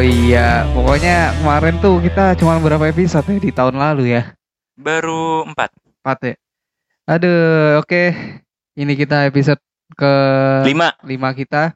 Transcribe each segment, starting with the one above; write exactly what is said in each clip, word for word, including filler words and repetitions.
iya, pokoknya kemarin tuh kita cuma berapa episode ya di tahun lalu ya? Baru empat. Empat ya. Aduh, oke. Ini kita episode ke Lima. lima kita.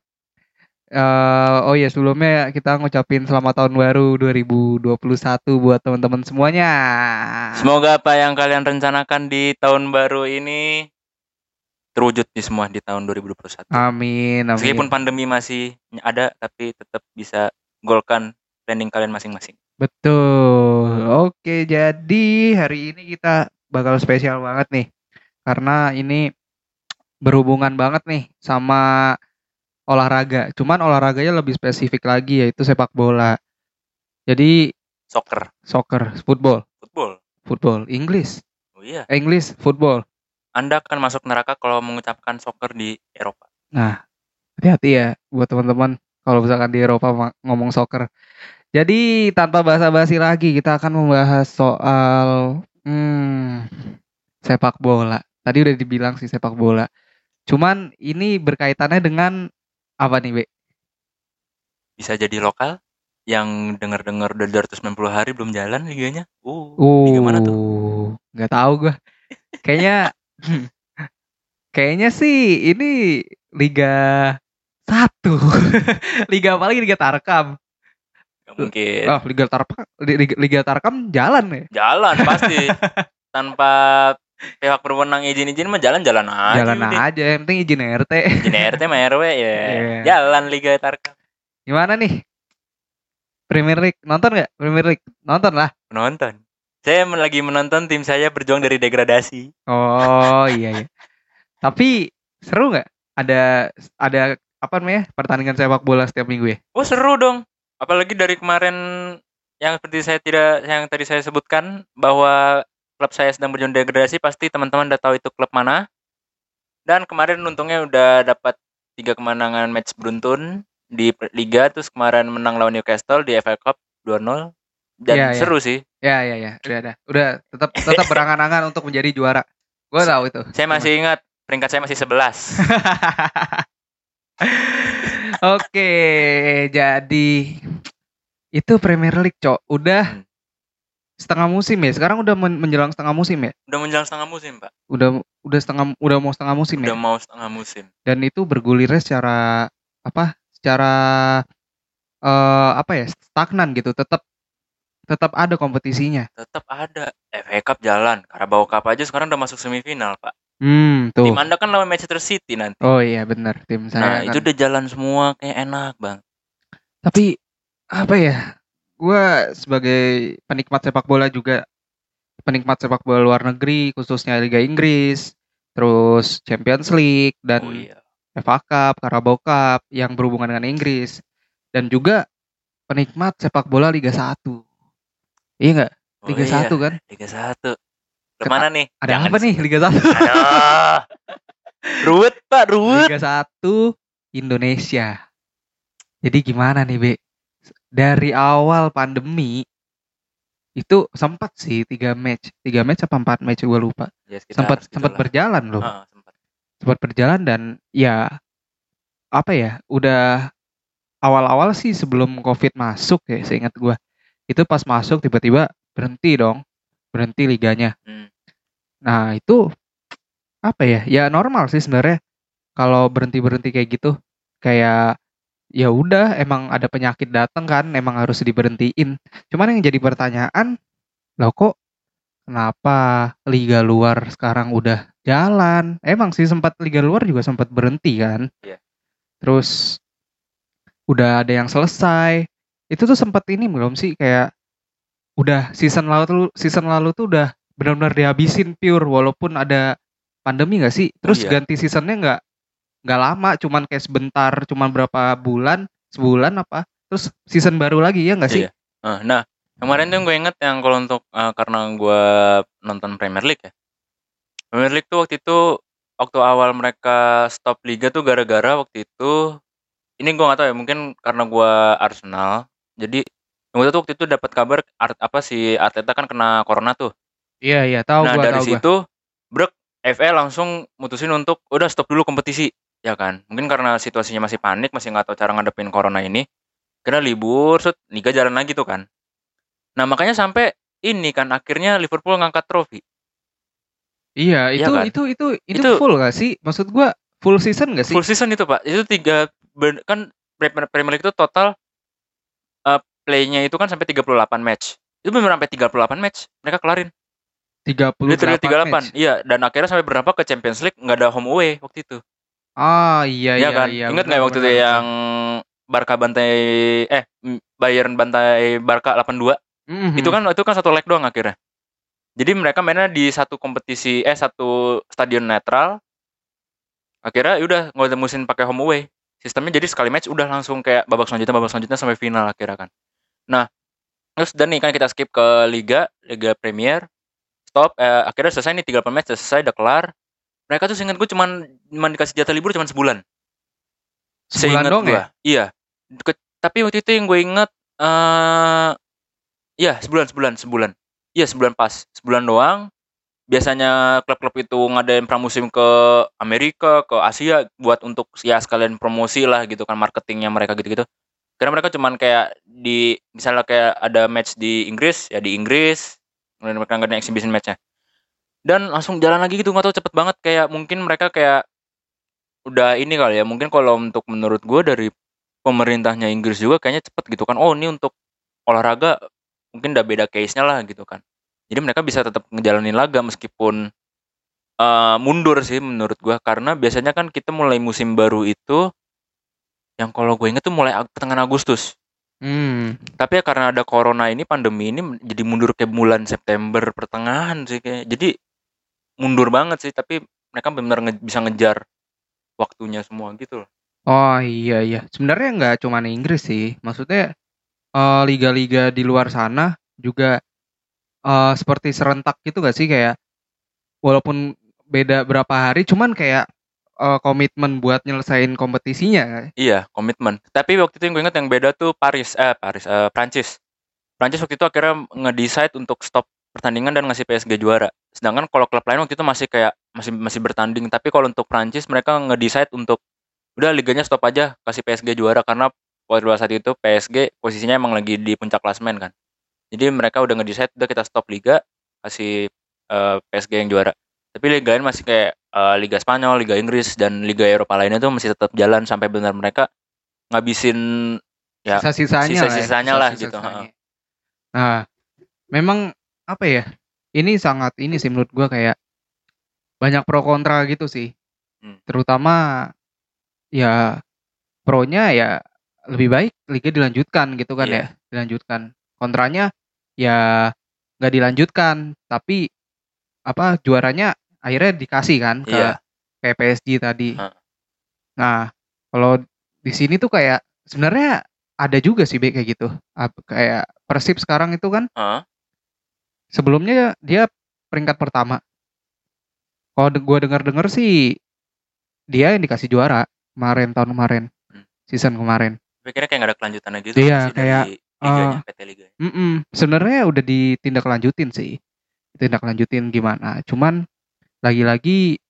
Eh, oh iya, sebelumnya kita ngucapin selamat tahun baru dua ribu dua puluh satu buat teman-teman semuanya. Semoga apa yang kalian rencanakan di tahun baru ini terwujud di semua di tahun dua ribu dua puluh satu. Amin, amin. Meskipun pandemi masih ada, tapi tetap bisa golkan planning kalian masing-masing. Betul. Oke, jadi hari ini kita bakal spesial banget nih. Karena ini berhubungan banget nih sama olahraga. Cuman olahraganya lebih spesifik lagi, yaitu sepak bola. Jadi Soccer. soccer, football, Football. football, English, Oh iya. English, football. Anda akan masuk neraka kalau mengucapkan soccer di Eropa. Nah, hati-hati ya buat teman-teman kalau misalkan di Eropa ma- ngomong soccer. Jadi tanpa basa-basi lagi, kita akan membahas soal hmm, sepak bola. Tadi udah dibilang sih sepak bola. Cuman ini berkaitannya dengan apa nih, Be? Bisa jadi lokal yang dengar-dengar udah dua ratus sembilan puluh hari belum jalan liganya. Uh, Uh, liga mana tuh? Nggak tahu gue. Kayaknya, kayaknya sih ini Liga Satu. Liga apa lagi? Liga Tarkam. Gak mungkin. Oh, Liga Tarkam, Liga, Liga Tarkam jalan ya? Jalan pasti. Tanpa pihak berwenang izin-izin mah jalan-jalan aja. Jalan udah. aja, yang penting izin R T. Izin R T mah R W ya. Iya. Jalan Liga Tarkam. Gimana nih? Premier League nonton nggak? Premier League nonton lah. Menonton. Saya men- lagi menonton tim saya berjuang dari degradasi. Oh iya iya. Tapi seru nggak? Ada ada apa namanya pertandingan sepak bola setiap minggu ya? Oh seru dong. Apalagi dari kemarin yang seperti saya tidak yang tadi saya sebutkan bahwa klub saya sedang berjuang degradasi, pasti teman-teman udah tahu itu klub mana. Dan kemarin untungnya udah dapat tiga kemenangan match beruntun di per- liga, terus kemarin menang lawan Newcastle di F A Cup dua nol. Dan Iya, iya. seru sih. Ya ya ya, udah ada. Udah tetap tetap berangan-angan untuk menjadi juara. Gue tahu itu. Saya masih ingat peringkat saya masih sebelas. Oke, jadi itu Premier League, Cok. Udah Hmm. setengah musim ya. Sekarang udah men- menjelang setengah musim ya. Udah menjelang setengah musim, Pak. Udah udah setengah udah mau setengah musim Udah ya. mau setengah musim. Dan itu bergulirnya secara apa? Secara eh apa ya? Stagnan gitu. Tetap tetap ada kompetisinya. Tetap ada. F A Cup jalan. Carabao Cup aja sekarang udah masuk semifinal, Pak. Hmm, tuh. Tim Anda kan lawan Manchester City nanti. Oh iya benar, tim Nah, saya itu kan. udah jalan semua kayak enak, Bang. Tapi apa ya? Gua sebagai penikmat sepak bola juga, penikmat sepak bola luar negeri, khususnya Liga Inggris, terus Champions League dan Oh iya. F A Cup, Carabao Cup yang berhubungan dengan Inggris, dan juga penikmat sepak bola Liga satu. Iya nggak? Oh Liga iya, satu kan? Liga satu. Ken- Kemana nih? Ada Jangan apa nih disebut. Liga satu? Aduh. Ruwet, Pak, ruwet. Liga satu Indonesia. Jadi gimana nih, Be? Dari awal pandemi itu sempat sih tiga match, tiga match apa empat match gue lupa. Ya, sekitar Sempat sempat segitulah. berjalan loh. Ah, sempat. Sempat berjalan dan ya apa ya? Udah awal-awal sih sebelum Covid masuk ya, seingat gue. Itu pas masuk tiba-tiba berhenti dong. Berhenti liganya. Hmm. Nah, itu apa ya? Ya normal sih sebenarnya kalau berhenti-berhenti kayak gitu. Kayak ya udah emang ada penyakit datang kan, emang harus diberhentiin. Cuman yang jadi pertanyaan, loh kok kenapa liga luar sekarang udah jalan? Emang sih sempat liga luar juga sempat berhenti kan. Iya. Terus udah ada yang selesai. Itu tuh sempat ini belum sih kayak udah season lalu tuh season lalu tuh udah benar-benar dihabisin pure walaupun ada pandemi nggak sih? Terus iya. ganti seasonnya nggak nggak lama, cuman kayak sebentar, cuman berapa bulan, sebulan apa? Terus season baru lagi ya nggak sih? Iya. Ah, Nah, kemarin tuh gue inget yang kalau untuk ah, karena gue nonton Premier League ya. Premier League tuh waktu itu waktu awal mereka stop liga tuh gara-gara waktu itu ini gue nggak tahu ya, mungkin karena gue Arsenal. Jadi waktu itu waktu itu dapat kabar art, apa si Arteta kan kena corona tuh. Iya iya tahu Nah gua dari tahu gua. situ brek F A langsung mutusin untuk udah stop dulu kompetisi, ya kan? Mungkin karena situasinya masih panik, masih nggak tahu cara ngadepin corona ini. Akhirnya libur, set, liga jalan lagi tuh kan. Nah makanya sampai ini kan akhirnya Liverpool ngangkat trofi. Iya, Iya itu kan? itu itu itu Itu full gak sih? Maksud gua full season gak sih? full season itu Pak. Itu tiga ben- kan Pre- Premier League itu total uh, play-nya itu kan sampai tiga puluh delapan match. Itu benar sampai tiga puluh delapan match mereka kelarin. Literally tiga puluh delapan tiga puluh delapan. match. Iya, dan akhirnya sampai berapa ke Champions League nggak ada home away waktu itu. Ah, iya Iya iya kan? iya Ingat benar nggak waktu itu benar benar. yang Barca bantai eh Bayern bantai Barca delapan dua? Itu Mhm. kan itu kan satu leg doang akhirnya. Jadi mereka mainnya di satu kompetisi eh satu stadion netral. Akhirnya ya udah nggak ada musim pakai home away. Sistemnya jadi sekali match udah langsung kayak babak selanjutnya babak selanjutnya sampai final akhirnya kan. Nah, terus dan nih kan kita skip ke liga, Liga Premier. Stop, eh, akhirnya selesai nih tiga puluh match selesai udah kelar. Mereka tuh seingat gue cuman cuman dikasih jatah libur cuman sebulan. Sebulan Seingat dong gue. ya? Iya. Ke- tapi waktu itu yang gue inget eh iya, sebulan sebulan sebulan. Iya, sebulan pas. Sebulan doang. Biasanya klub-klub itu ngadain pramusim ke Amerika, ke Asia buat untuk ya sekalian promosi lah gitu kan marketingnya mereka gitu-gitu. Karena mereka cuman kayak di misalnya kayak ada match di Inggris ya di Inggris, kemudian mereka ngadain exhibition matchnya. Dan langsung jalan lagi gitu nggak tahu cepet banget kayak mungkin mereka kayak udah ini kali ya mungkin kalau untuk menurut gue dari pemerintahnya Inggris juga kayaknya cepet gitu kan oh ini untuk olahraga mungkin udah beda case-nya lah gitu kan jadi mereka bisa tetap ngejalanin laga meskipun uh, mundur sih menurut gue karena biasanya kan kita mulai musim baru itu yang kalau gue inget tuh mulai ag- pertengahan Agustus Hmm. tapi ya karena ada corona ini pandemi ini jadi mundur ke bulan September pertengahan sih kayak jadi mundur banget sih tapi mereka benar-benar nge- bisa ngejar waktunya semua gitu loh. Oh iya iya. Sebenarnya nggak cuma Inggris sih. Maksudnya eh, liga-liga di luar sana juga eh, seperti serentak gitu gak sih kayak walaupun beda berapa hari cuman kayak eh, komitmen buat nyelesain kompetisinya. Iya, komitmen. Tapi waktu itu yang gue ingat yang beda tuh Paris, eh Paris, eh Prancis. Prancis waktu itu akhirnya nge-decide untuk stop pertandingan dan ngasih P S G juara. Sedangkan kalau klub lain waktu itu masih kayak masih masih bertanding. Tapi kalau untuk Prancis mereka nge-decide untuk udah liganya stop aja, kasih P S G juara karena pada saat itu P S G posisinya emang lagi di puncak klasemen kan. Jadi mereka udah nge-decide udah kita stop liga, kasih eh, P S G yang juara. Tapi liga lain masih kayak eh, Liga Spanyol, Liga Inggris dan Liga Eropa lainnya tuh masih tetap jalan sampai benar mereka ngabisin ya Sisa-sisanya lah ya. sisa-sisanya lah gitu. Sisa-sisanya. Heeh. Nah, memang apa ya? Ini sangat ini sih menurut gua kayak banyak pro kontra gitu sih. Hmm. Terutama ya pro-nya ya lebih baik liga dilanjutkan gitu kan Iya. ya, dilanjutkan. Kontranya ya nggak dilanjutkan, tapi apa juaranya akhirnya dikasih kan ke Iya. kayak P S G tadi. Heeh. Nah, kalau di sini tuh kayak sebenarnya ada juga sih Be, kayak gitu. Ap- Kayak Persib sekarang itu kan Heeh. sebelumnya dia peringkat pertama. Kalau de- gua dengar-dengar sih dia yang dikasih juara kemarin tahun kemarin, Hmm. season kemarin. Tapi kira kayak nggak ada kelanjutannya gitu Iya, sih kayak dari liganya, eh P T Liga. mm-mm, sebenarnya udah ditindaklanjutin sih. Ditindaklanjutin gimana? Cuman lagi-lagi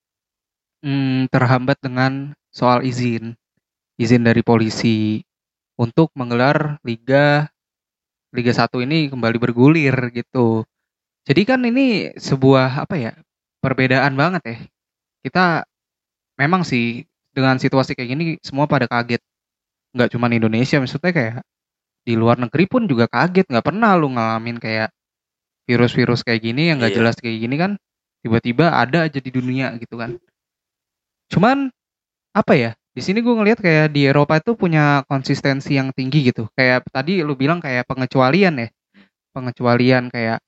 mm, terhambat dengan soal izin. Izin dari polisi untuk menggelar liga Liga satu ini kembali bergulir gitu. Jadi kan ini sebuah apa ya? Perbedaan banget ya. Kita memang sih dengan situasi kayak gini semua pada kaget. Nggak cuma Indonesia, maksudnya kayak di luar negeri pun juga kaget. Nggak pernah lu ngalamin kayak virus-virus kayak gini yang nggak Iya. jelas kayak gini kan. Tiba-tiba ada aja di dunia gitu kan. Cuman apa ya? Di sini gue ngelihat kayak di Eropa itu punya konsistensi yang tinggi gitu. Kayak tadi lu bilang kayak pengecualian ya. Pengecualian kayak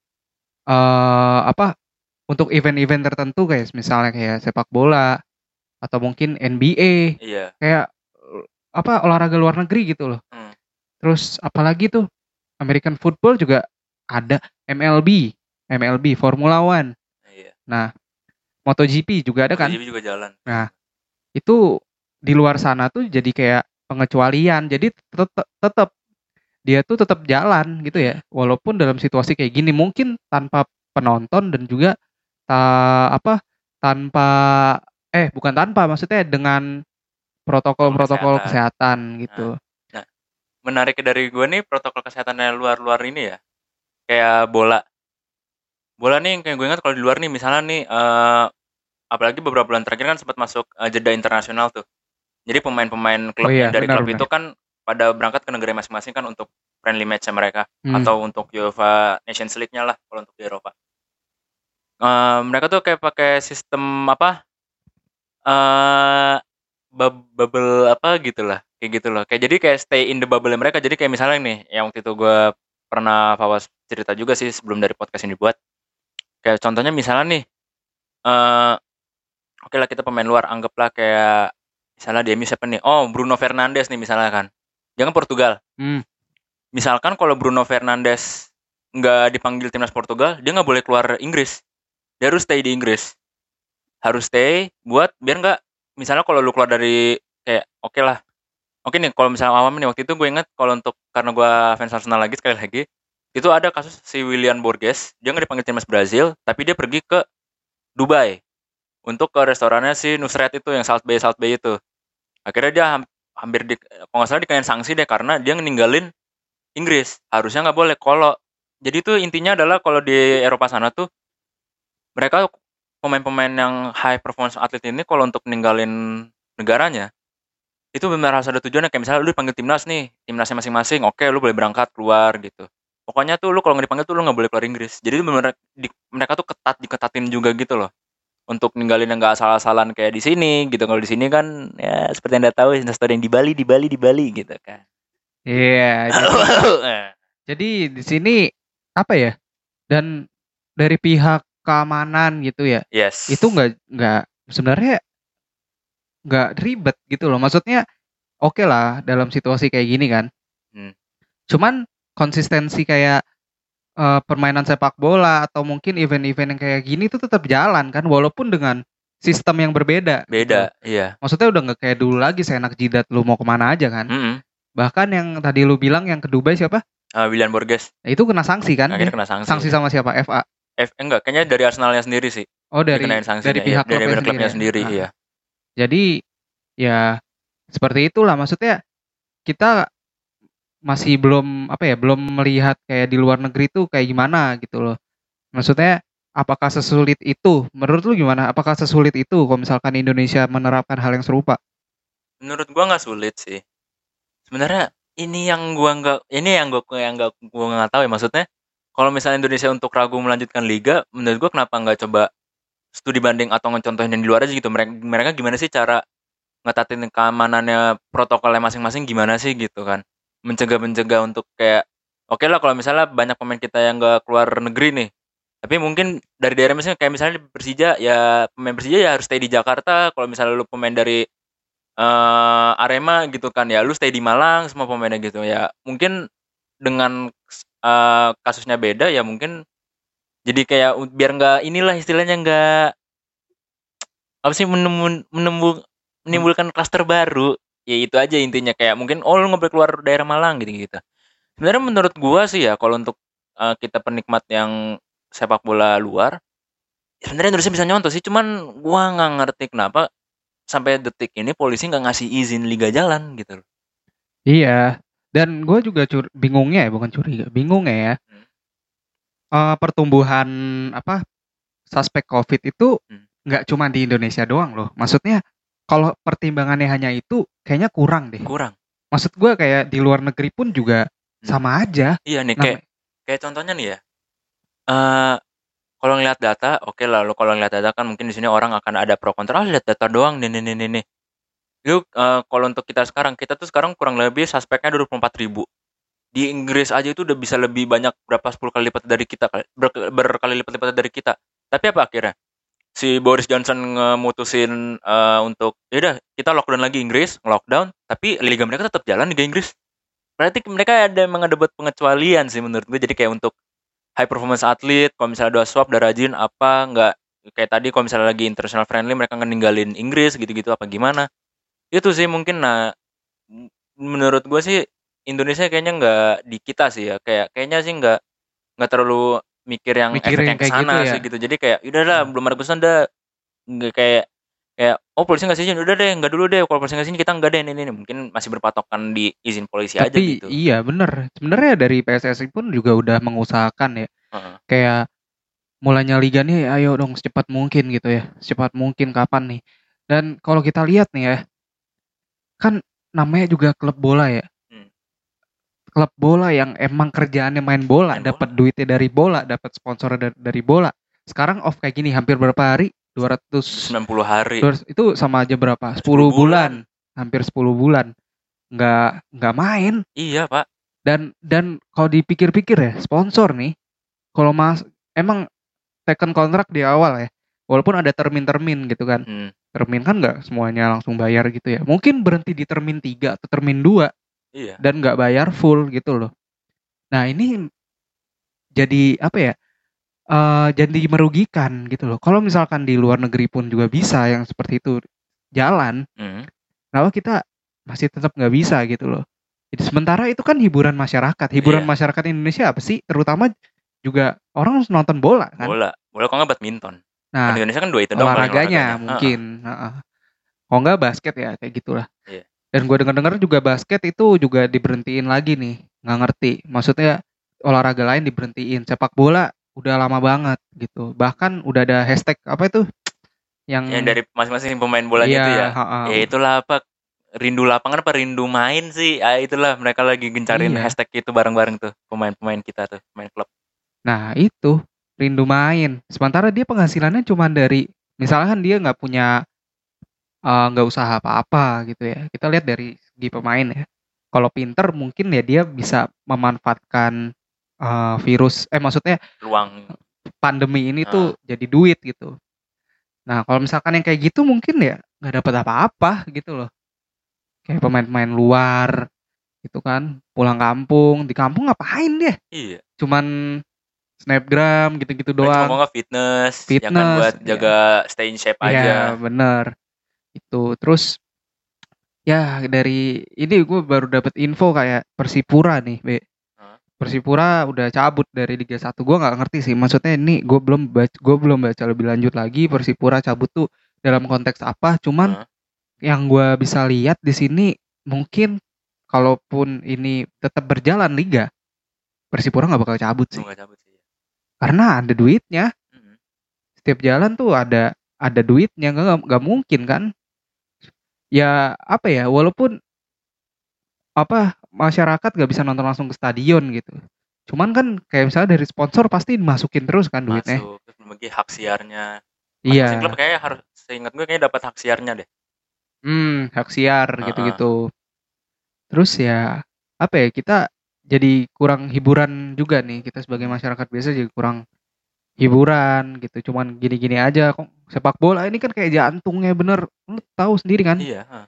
eh apa untuk event-event tertentu kayak misalnya kayak sepak bola atau mungkin N B A Iya. kayak eh, apa olahraga luar negeri gitu loh. Hmm. Terus apalagi tuh American football juga ada M L B, M L B Formula One. Iya. Nah, MotoGP juga ada kan? MotoGP juga jalan. Nah, itu di luar sana tuh jadi kayak pengecualian. Jadi tetap tetap dia tuh tetap jalan gitu ya. Walaupun dalam situasi kayak gini mungkin tanpa penonton dan juga ta, apa tanpa eh bukan tanpa maksudnya dengan protokol-protokol Kesehatan. kesehatan gitu. Nah, menarik dari gue nih protokol kesehatannya luar-luar ini ya. Kayak bola. Bola nih yang kayak gue ingat kalau di luar nih misalnya nih eh apalagi beberapa bulan terakhir kan sempat masuk eh, jeda internasional tuh. Jadi pemain-pemain Oh klub iya, yang dari klub benar-benar. itu kan pada berangkat ke negara masing-masing kan untuk friendly match mereka Hmm. atau untuk UEFA Nations League-nya lah kalau untuk di Eropa. Eh, mereka tuh kayak pakai sistem apa? eh bub- bubble apa gitu lah. Kayak gitu loh. Kayak jadi kayak stay in the bubble mereka. Jadi kayak misalnya nih, yang waktu itu gue pernah Fawas cerita juga sih sebelum dari podcast ini dibuat. Kayak contohnya misalnya nih, eh oke lah kita pemain luar, anggaplah kayak misalnya dia siapa nih? Oh, Bruno Fernandes nih misalnya kan. Jangan Portugal. Hmm. Misalkan kalau Bruno Fernandes nggak dipanggil timnas Portugal, dia nggak boleh keluar Inggris. Dia harus stay di Inggris. Harus stay buat biar nggak, misalnya kalau lu keluar dari kayak oke okay lah. Oke nih kalau misalnya awam nih waktu itu gue inget kalau untuk karena gue fans Arsenal lagi sekali lagi itu ada kasus si William Borges, dia nggak dipanggil timnas Brazil tapi dia pergi ke Dubai untuk ke restorannya si Nusret itu yang Salt Bay Salt Bay itu. Akhirnya dia ham- hampir di, kalau nggak salah dikenain sanksi deh karena dia ninggalin Inggris. Harusnya nggak boleh. Kalau jadi tuh intinya adalah kalau di Eropa sana tuh mereka pemain-pemain yang high performance atlet ini kalau untuk ninggalin negaranya itu benar harus ada tujuannya. Kayak misalnya lu dipanggil timnas nih, timnasnya masing-masing, oke lu boleh berangkat keluar gitu. Pokoknya tuh lu kalau nggak dipanggil tuh lu nggak boleh keluar Inggris. Jadi benar mereka tuh ketat diketatin juga gitu loh untuk ninggalin yang nggak asal-asalan kayak di sini gitu. Kalau di sini kan ya seperti yang anda tahu instastory yang di Bali di Bali di Bali gitu kan. Iya, jadi jadi di sini apa ya? Dan dari pihak keamanan gitu ya, Yes. itu nggak nggak sebenarnya nggak ribet gitu loh. Maksudnya oke lah dalam situasi kayak gini kan. Hmm. Cuman konsistensi kayak eh, permainan sepak bola atau mungkin event-event yang kayak gini tuh tetap jalan kan, walaupun dengan sistem yang berbeda gitu loh. Beda, iya. Maksudnya udah nggak kayak dulu lagi seenak jidat lu mau kemana aja kan. Mm-mm. Bahkan yang tadi lu bilang yang ke Dubai siapa? Uh, William Borges Nah, itu kena sanksi kan akhirnya dia? kena sanksi. Sanksi Ya. sama siapa? F A. F enggak, kayaknya dari Arsenalnya sendiri sih. Oh dari Dikenain dari sanksinya, pihak ya, dari klubnya klubnya sendiri, sendiri, ya? iya. Ah. Jadi ya seperti itulah maksudnya kita masih belum apa ya belum melihat kayak di luar negeri tuh kayak gimana gitu loh. Maksudnya apakah sesulit itu? Menurut lu gimana? Apakah sesulit itu kalau misalkan Indonesia menerapkan hal yang serupa? Menurut gua nggak sulit sih. Sebenarnya ini yang gua nggak, ini yang gua yang nggak gua nggak tahu ya maksudnya. Kalau misalnya Indonesia untuk ragu melanjutkan liga, menurut gua kenapa nggak coba studi banding atau ngecontohin yang di luar aja gitu. Mereka mereka gimana sih cara ngetatin keamanannya, protokolnya masing-masing gimana sih gitu kan. Mencegah-mencegah untuk kayak oke lah kalau misalnya banyak pemain kita yang nggak keluar negeri nih. Tapi mungkin dari daerah misalnya kayak misalnya di Persija ya pemain Persija ya harus stay di Jakarta. Kalau misalnya lu pemain dari eh Arema gitu kan ya lu stay di Malang semua pemainnya gitu ya. Mungkin dengan eh, kasusnya beda ya mungkin jadi kayak u- biar nggak inilah istilahnya nggak apa sih menemu, menemu, menimbulkan klaster baru. Ya itu aja intinya kayak mungkin oh lu nggak boleh keluar daerah Malang gitu gitu. Sebenarnya menurut gua sih ya kalau untuk eh, kita penikmat yang sepak bola luar sebenarnya Indonesia bisa nyontoh sih cuman gua nggak ngerti kenapa sampai detik ini polisi nggak ngasih izin liga jalan gitu loh. Iya. Dan gue juga cur bingungnya ya, bukan curiga, bingung ya. Hmm. Eh, pertumbuhan apa suspek COVID itu Hmm. nggak cuma di Indonesia doang loh. Maksudnya kalau pertimbangannya hanya itu, kayaknya kurang deh. Kurang. Maksud gue kayak di luar negeri pun juga Hmm. sama aja. Iya nih Nam kayak kayak contohnya nih ya. Eh kalau ngelihat data, oke lah lo kalau ngelihat data kan mungkin di sini orang akan ada pro kontra. Ah, lihat data doang nih nih nih nih. nih. Lu eh, kalau untuk kita sekarang, kita tuh sekarang kurang lebih suspeknya dua puluh empat ribu. Di Inggris aja itu udah bisa lebih banyak berapa sepuluh kali lipat dari kita, kali- ber- berkali lipat-lipat dari kita. Tapi apa akhirnya? Si Boris Johnson ngemutusin eh, untuk ya udah kita lockdown lagi Inggris, lockdown, tapi liga mereka tetap jalan Liga Inggris. Berarti mereka ada emang ada buat pengecualian sih menurut gue. Jadi kayak untuk high performance atlet, kalau misalnya udah swab, udah rajin apa nggak kayak tadi kalau misalnya lagi international friendly mereka ngeninggalin Inggris gitu-gitu apa gimana? Itu sih mungkin nah m- menurut gue sih Indonesia kayaknya nggak di kita sih ya kayak kayaknya sih nggak nggak terlalu mikir yang efek mikirin yang kayak gitu kesana ya. sih gitu jadi kayak udahlah Hmm. belum ada keputusan dah nggak kayak kayak oh polisi ngasih izin udah deh nggak dulu deh, kalau polisi ngasih izin kita nggak deh, ini ini mungkin masih berpatokan di izin polisi aja Tapi gitu. iya bener, sebenarnya dari P S S I pun juga udah mengusahakan ya, Heeh. kayak mulainya liga nih ayo dong secepat mungkin gitu ya, secepat mungkin kapan nih. Dan kalau kita lihat nih ya, kan namanya juga klub bola ya, Hmm. klub bola yang emang kerjaannya main bola, Main dapat bola. duitnya dari bola, dapat sponsor dari, dari bola. Sekarang off kayak gini hampir berapa hari? dua ratus sembilan puluh hari. dua ratus itu sama aja berapa? sepuluh sepuluh bulan. Hampir sepuluh bulan. Nggak nggak main. Iya, Pak. Dan dan kalau dipikir-pikir ya, sponsor nih kalau mas emang taken kontrak di awal ya. Walaupun ada termin-termin gitu kan. Hmm. Termin kan nggak semuanya langsung bayar gitu ya. Mungkin berhenti di termin tiga atau termin dua. Iya. Dan nggak bayar full gitu loh. Nah ini jadi apa ya? Uh, jadi merugikan gitu loh. Kalau misalkan di luar negeri pun juga bisa yang seperti itu jalan, Hmm. kenapa kita masih tetap nggak bisa gitu loh. Jadi sementara itu kan hiburan masyarakat. Hiburan Iya. masyarakat Indonesia apa sih? Terutama juga orang nonton bola kan. Bola, bola kok nggak badminton. Nah, Kan Indonesia kan dua itu doang paling olahraganya olahraganya. mungkin. Uh-uh. Kalau nggak basket ya kayak gitulah. Iya. Dan gue denger-denger juga basket itu juga diberhentiin lagi nih. Nggak ngerti. Maksudnya olahraga lain diberhentiin. Sepak bola udah lama banget gitu. Bahkan udah ada hashtag apa itu? Yang, Yang dari masing-masing pemain bolanya iya, itu ya. ha-ha. Ya itulah apa rindu lapangan apa rindu main sih. Ah itulah mereka lagi gencarin Iya. hashtag itu bareng-bareng tuh pemain-pemain kita tuh, main klub. Nah itu rindu main. Sementara dia penghasilannya cuma dari misalkan dia nggak punya nggak uh, usaha apa-apa gitu ya. Kita lihat dari segi pemain ya. Kalau pinter mungkin ya dia bisa memanfaatkan uh, virus. Eh maksudnya Luang pandemi ini uh. tuh jadi duit gitu. Nah kalau misalkan yang kayak gitu mungkin ya nggak dapat apa-apa gitu loh. Kayak pemain-pemain luar gitu kan, pulang kampung, di kampung ngapain dia? Iya. Cuman snapgram gitu-gitu doang. Cuma mau fitness, fitness, ya kan buat jaga ya. stay in shape ya, aja. Iya bener. Itu terus ya dari ini gue baru dapat info kayak Persipura nih, Be. Huh? Persipura udah cabut dari Liga satu. Gue nggak ngerti sih. Maksudnya ini gue belum baca, gue belum baca lebih lanjut lagi Persipura cabut tuh dalam konteks apa. Cuman huh? yang gue bisa lihat di sini mungkin kalaupun ini tetap berjalan liga, Persipura nggak bakal cabut sih. Nggak cabut sih. Karena ada duitnya. Mm-hmm. Setiap jalan tuh ada ada duitnya, nggak nggak mungkin kan? Ya apa ya? Walaupun apa masyarakat nggak bisa nonton langsung ke stadion gitu. Cuman kan kayak misalnya dari sponsor pasti dimasukin terus kan duitnya. Masuk, terus bagi hak siarnya. Iya. Klub kayaknya harus, seingat gue kayaknya dapat hak siarnya deh. Hmm, hak siar uh-uh. gitu-gitu. Terus ya apa ya, kita jadi kurang hiburan juga nih, kita sebagai masyarakat biasa jadi kurang hiburan gitu. Cuman gini-gini aja kok. Sepak bola ini kan kayak jantungnya bener, lu tahu sendiri kan? Iya. Huh.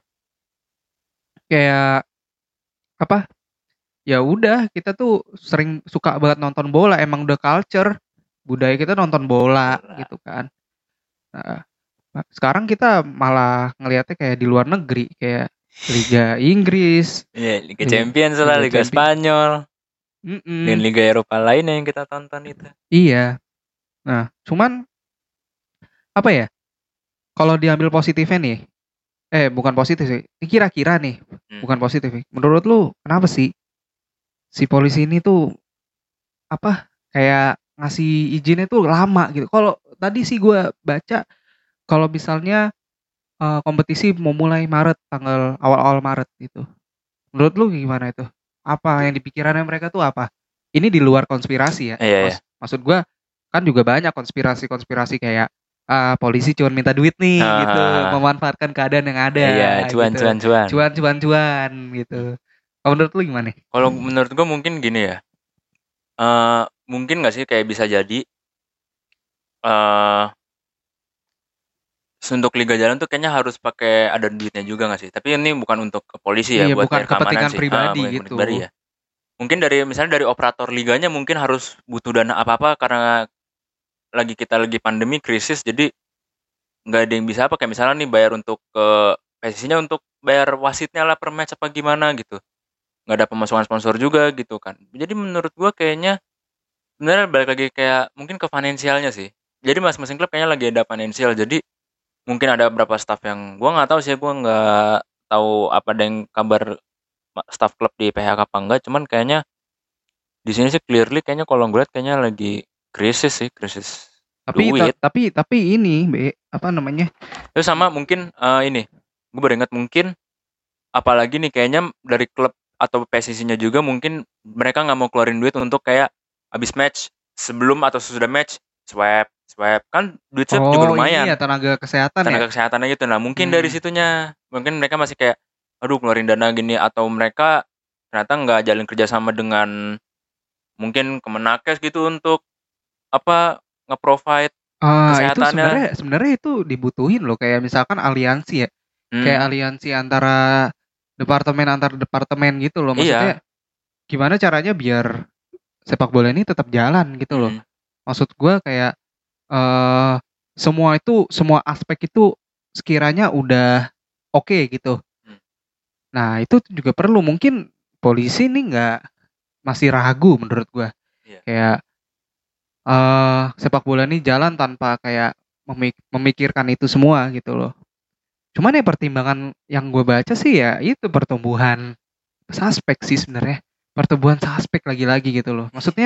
Kayak apa? Ya udah, kita tuh sering suka banget nonton bola, emang udah culture budaya kita nonton bola, bola. Gitu kan. Nah, sekarang kita malah ngelihatnya kayak di luar negeri, kayak Liga Inggris, yeah, Liga Champions lah, Liga, Liga Spanyol, Mm-mm. dan Liga Eropa lainnya yang kita tonton itu. Iya. Nah, cuman apa ya? Kalau diambil positifnya nih, eh bukan positif sih, kira-kira nih, hmm. bukan positif. Menurut lu kenapa sih si polisi ini tuh apa kayak ngasih izinnya tuh lama gitu? Kalau tadi sih gue baca, kalau misalnya uh, kompetisi mau mulai Maret, tanggal awal-awal Maret gitu. Menurut lu gimana itu? Apa yang dipikirannya mereka tuh apa? Ini di luar konspirasi ya. Iya, Mas, iya. Maksud gue kan juga banyak konspirasi-konspirasi kayak ah, polisi cuma minta duit nih ah. gitu, memanfaatkan keadaan yang ada. Iya, cuan, gitu. cuan, cuan, cuan, cuan, cuan gitu. Kalau menurut lu gimana? Kalau menurut gue mungkin gini ya. Uh, mungkin nggak sih kayak bisa jadi. Uh, untuk Liga Jalan tuh kayaknya harus pakai ada duitnya juga nggak sih? Tapi ini bukan untuk ke polisi ya, iya, buat bukan kepentingan sih. pribadi ah, gitu. Pribadi ya. Mungkin dari misalnya dari operator liganya mungkin harus butuh dana apa-apa karena lagi kita lagi pandemi krisis, jadi nggak ada yang bisa apa kayak misalnya nih bayar untuk ke P S S I-nya untuk bayar wasitnya lah per match apa gimana gitu. Nggak ada pemasukan sponsor juga gitu kan. Jadi menurut gua kayaknya sebenarnya balik lagi kayak mungkin ke finansialnya sih. Jadi masing-masing klub kayaknya lagi ada finansial. Jadi mungkin ada beberapa staff yang gua nggak tahu sih, gua nggak tahu apa ada yang kabar ma- staff klub di P H K apa enggak, cuman kayaknya di sini sih clearly kayaknya kalau gue lihat kayaknya lagi krisis sih, krisis Tapi ta- duit. tapi tapi ini Be, apa namanya? Terus sama mungkin eh, ini, gue baru ingat mungkin apalagi nih kayaknya dari klub atau P S S I-nya juga mungkin mereka nggak mau keluarin duit untuk kayak habis match, sebelum atau sesudah match swab swab kan duit swab juga Oh, ini ya lumayan, tenaga kesehatan ya. tenaga kesehatannya gitu. Nah mungkin dari Hmm. situnya mungkin mereka masih kayak aduh keluarin dana gini, atau mereka ternyata nggak jalin kerjasama dengan mungkin Kemenakes gitu untuk apa nge-provide Ah, itu kesehatannya. sebenarnya sebenarnya itu dibutuhin loh, kayak misalkan aliansi ya. Kayak Hmm, aliansi antara departemen antar departemen gitu loh. iya. Maksudnya gimana caranya biar sepak bola ini tetap jalan gitu loh. Mm-mm. Maksud gua kayak eh semua itu semua aspek itu sekiranya udah oke gitu. Hmm, Nah, itu juga perlu mungkin polisi nih nggak masih ragu menurut gua. iya. Kayak eh sepak bola ini jalan tanpa kayak memik- memikirkan itu semua gitu loh. Cuman ya pertimbangan yang gue baca sih ya itu pertumbuhan suspek sih sebenarnya. Pertumbuhan suspek lagi-lagi gitu loh. Maksudnya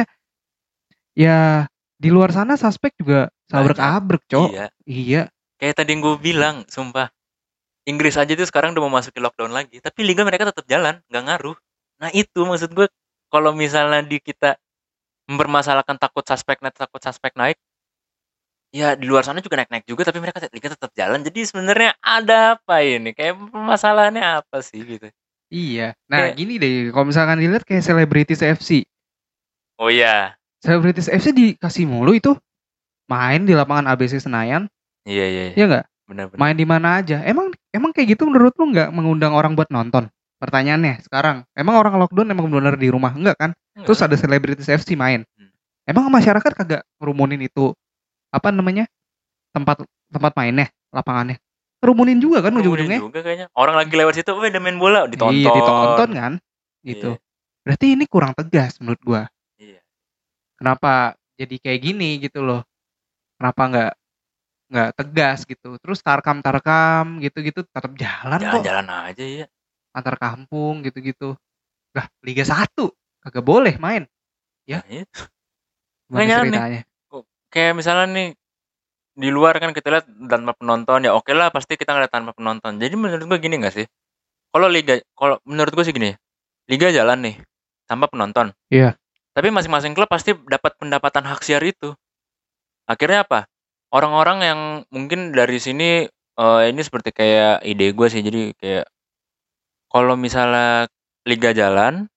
ya di luar sana suspek juga Banyak. sabrek-abrek, Cok. Iya. Iya. Kayak tadi yang gue bilang, sumpah. Inggris aja tuh sekarang udah mau masukin lockdown lagi, tapi liga mereka tetap jalan, nggak ngaruh. Nah itu maksud gue, kalau misalnya di kita mempermasalahkan takut suspek naik, takut suspek naik, ya di luar sana juga naik-naik juga, tapi mereka liga tetap jalan. Jadi sebenarnya ada apa ini? Kayak permasalahannya apa sih gitu? Iya. Nah, Kayak, gini deh, kalau misalkan dilihat kayak Celebrities F C. oh iya, Celebrities F C dikasih mulu itu main di lapangan A B C Senayan, iya iya, iya. ya nggak? Benar-benar. Main di mana aja. Emang emang kayak gitu menurut lu nggak mengundang orang buat nonton? Pertanyaannya sekarang, emang orang lockdown emang benar di rumah enggak kan? Terus Enggak. ada Celebrities F C main. Hmm. Emang masyarakat kagak ngerumunin itu apa namanya? Tempat tempat mainnya, lapangannya. Ngerumunin juga kan Kerumunin ujung-ujungnya? juga kayaknya. Orang lagi lewat situ, weh udah main bola, Iya, ditonton ditonton. kan? Gitu. Iya, Berarti ini kurang tegas menurut gua. iya. Kenapa jadi kayak gini gitu loh? Kenapa nggak nggak tegas gitu? Terus tarkam tarkam gitu-gitu tetap jalan kok Jalan-jalan aja ya. antar kampung gitu-gitu. Lah, Liga satu kagak boleh main. Ya, Nah itu. gimana Makanya aneh. ceritanya? Kok kayak misalnya nih di luar kan kita lihat tanpa penonton, ya oke lah pasti kita ngeliat tanpa penonton. Jadi menurut gua gini nggak sih? Kalau liga, kalau menurut gua sih gini, liga jalan nih tanpa penonton. Iya. Tapi masing-masing klub pasti dapat pendapatan hak siar itu. Akhirnya apa? Orang-orang yang mungkin dari sini eh, ini seperti kayak ide gua sih. Jadi kayak kalau misalnya liga jalan,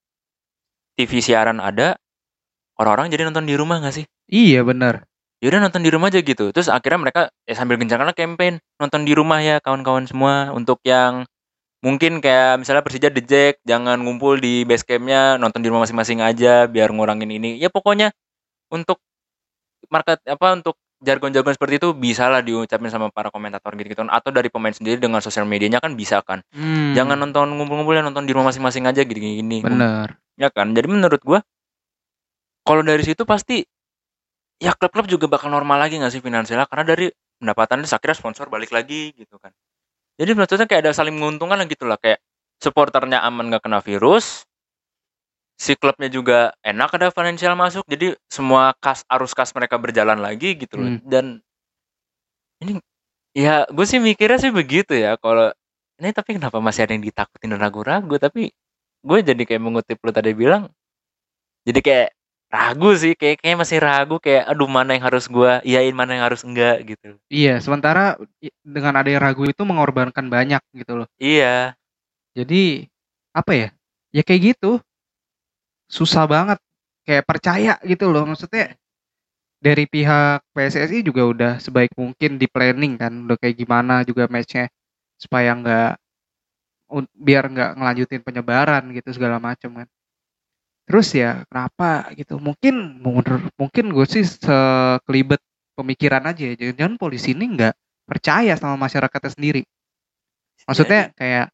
T V siaran ada, orang-orang jadi nonton di rumah nggak sih? Iya benar. Ya udah nonton di rumah aja gitu. Terus akhirnya mereka ya sambil gencarkan campaign nonton di rumah ya kawan-kawan semua, untuk yang mungkin kayak misalnya Persija The Jack jangan ngumpul di base campnya, nonton di rumah masing-masing aja biar ngurangin ini. Ya pokoknya untuk market apa untuk jargon-jargon seperti itu bisa lah diucapin sama para komentator gitu-gitu kan. Atau dari pemain sendiri dengan sosial medianya kan bisa kan. Jangan Hmm, nonton ngumpul-ngumpul ya, nonton di rumah masing-masing aja gini-gini. benar. Ya kan. Jadi menurut gua kalau dari situ pasti ya klub-klub juga bakal normal lagi nggak sih finansialnya, karena dari pendapatan itu akhirnya sponsor balik lagi gitu kan. Jadi maksudnya kayak ada saling menguntungkan lah gitu lah, kayak supporternya aman nggak kena virus, si klubnya juga enak ada finansial masuk, jadi semua kas arus kas mereka berjalan lagi gitu loh. Hmm. Dan ini ya gue sih mikirnya sih begitu ya, kalau ini tapi kenapa masih ada yang ditakutin dan ragu-ragu, tapi gue jadi kayak mengutip lu tadi bilang, jadi kayak ragu sih, kayak kayak masih ragu, kayak aduh mana yang harus gue iyain, mana yang harus enggak gitu. Iya, sementara i- dengan adanya ragu itu mengorbankan banyak gitu loh. Iya. Jadi apa ya? Ya kayak gitu, susah banget kayak percaya gitu loh. Maksudnya dari pihak P S S I juga udah sebaik mungkin di planning kan, udah kayak gimana juga matchnya supaya nggak un- biar nggak ngelanjutin penyebaran gitu segala macam kan. Terus ya kenapa gitu? Mungkin menurut mungkin gue sih sekelibet pemikiran aja ya. Jangan-jangan polisi ini nggak percaya sama masyarakatnya sendiri. Jadi Maksudnya kayak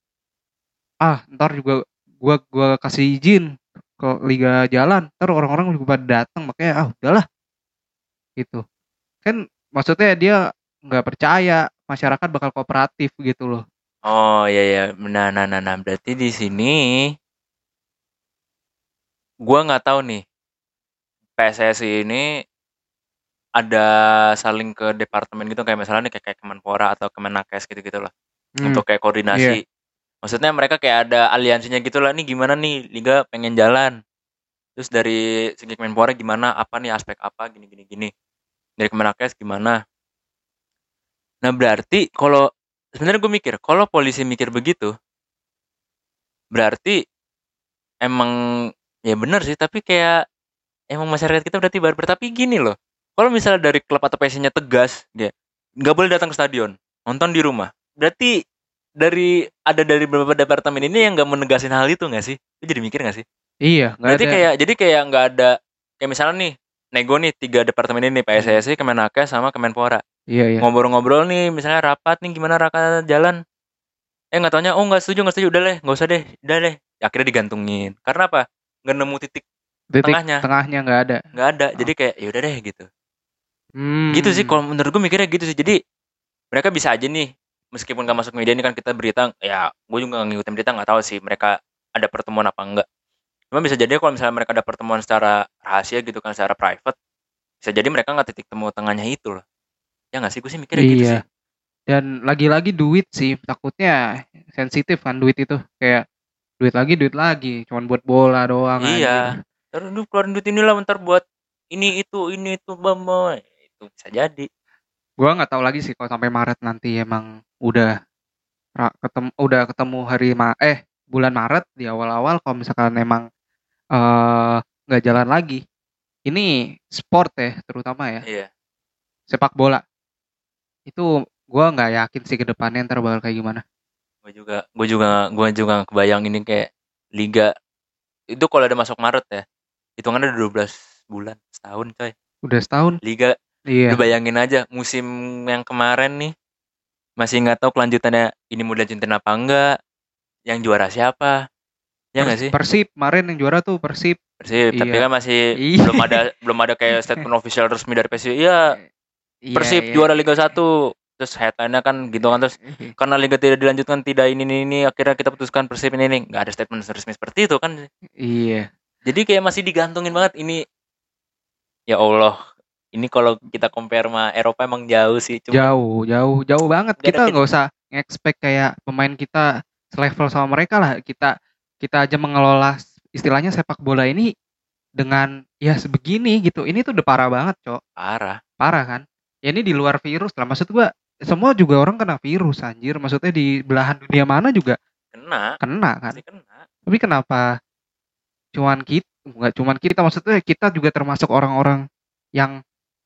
ah ntar juga gua gua kasih izin ke liga jalan, ntar orang-orang juga pada datang makanya ah udahlah gitu. Kan maksudnya dia nggak percaya, masyarakat bakal kooperatif gitu loh. Oh iya ya, nah nah nah, nah. Berarti di sini gua nggak tahu nih P S S I ini ada saling ke departemen gitu kayak misalnya nih kayak, kayak Kemenpora atau Kemenkes gitu-gitu lah Hmm, untuk kayak iya, koordinasi. Maksudnya mereka kayak ada aliansinya gitu lah nih gimana nih liga pengen jalan. Terus dari segi Kemenpora gimana apa nih aspek apa gini gini gini. Dari Kemenkes gimana. Nah berarti kalau sebenarnya gue mikir kalau polisi mikir begitu berarti emang ya benar sih tapi kayak emang masyarakat kita berarti barbar tapi gini loh. Kalau misalnya dari klub atau P S I-nya tegas dia nggak boleh datang ke stadion, nonton di rumah. Berarti dari ada dari beberapa departemen ini yang nggak menegasin hal itu nggak sih? Lu jadi mikir nggak sih? iya, nggak Berarti ada. kayak jadi kayak nggak ada kayak misalnya nih nego nih tiga departemen ini Hmm, P S S I, Kemenkes sama Kemenpora. iya, iya. Ngobrol-ngobrol nih misalnya rapat nih gimana rapat jalan. Eh nggak taunya oh nggak setuju nggak setuju udah deh nggak usah deh udah deh akhirnya digantungin karena apa nggak nemu titik Titik tengahnya tengahnya nggak ada. nggak ada Oh. jadi kayak ya udah deh gitu gitu sih Hmm, kalau menurut gue mikirnya gitu sih jadi mereka bisa aja nih meskipun nggak masuk media ini kan kita berita ya gue juga nggak ngikutin berita nggak tahu sih mereka ada pertemuan apa enggak cuma bisa jadi kalau misalnya mereka ada pertemuan secara rahasia gitu kan secara private bisa jadi mereka nggak titik temu tengahnya itu loh ya nggak sih gue sih mikirnya gitu sih iya. Dan lagi-lagi duit sih, takutnya sensitif kan duit itu. Kayak duit lagi, duit lagi. Cuman buat bola doang anjir. iya terus lu keluarin duit inilah bentar buat ini itu ini itu bama itu bisa jadi Gua nggak tahu lagi sih kalau sampai Maret nanti emang udah ra- ketemu udah ketemu hari ma eh bulan Maret di awal-awal kalau misalkan emang eh, nggak jalan lagi. Ini sport ya terutama ya, iya sepak bola. Itu gua nggak yakin sih ke depannya ntar bakal kayak gimana. gue juga gue juga gue juga nggak kebayang ini kayak liga itu kalau ada masuk Maret ya hitungannya udah dua belas bulan setahun coy Udah setahun. liga lu Iya. bayangin aja musim yang kemarin nih masih nggak tahu kelanjutannya ini mau dilanjutin apa enggak yang juara siapa ya nggak Pers- sih Persib kemarin yang juara tuh Persib. Persib tapi Iya. kan masih Iya. belum ada belum ada kayak statement official resmi dari Persib iya Iya, Persib iya. juara Liga satu terus headline-nya kan gitu kan terus karena liga tidak dilanjutkan tidak ini ini, ini akhirnya kita putuskan Persib ini ini nggak ada statement resmi seperti itu kan Iya. jadi kayak masih digantungin banget ini ya Allah ini kalau kita compare sama Eropa emang jauh sih cuman Jauh, jauh, jauh banget. gak ada Kita ke, nggak usah expect kayak pemain kita selevel sama mereka lah. Kita kita aja mengelola istilahnya sepak bola ini dengan ya sebegini gitu. Ini tuh udah parah banget, Cok. parah Parah kan? Ya ini di luar virus lah. Maksud gua semua juga orang kena virus anjir. Maksudnya di belahan dunia mana juga kena kena kan. pasti kena Tapi kenapa cuman kita nggak cuman kita maksudnya kita juga termasuk orang-orang yang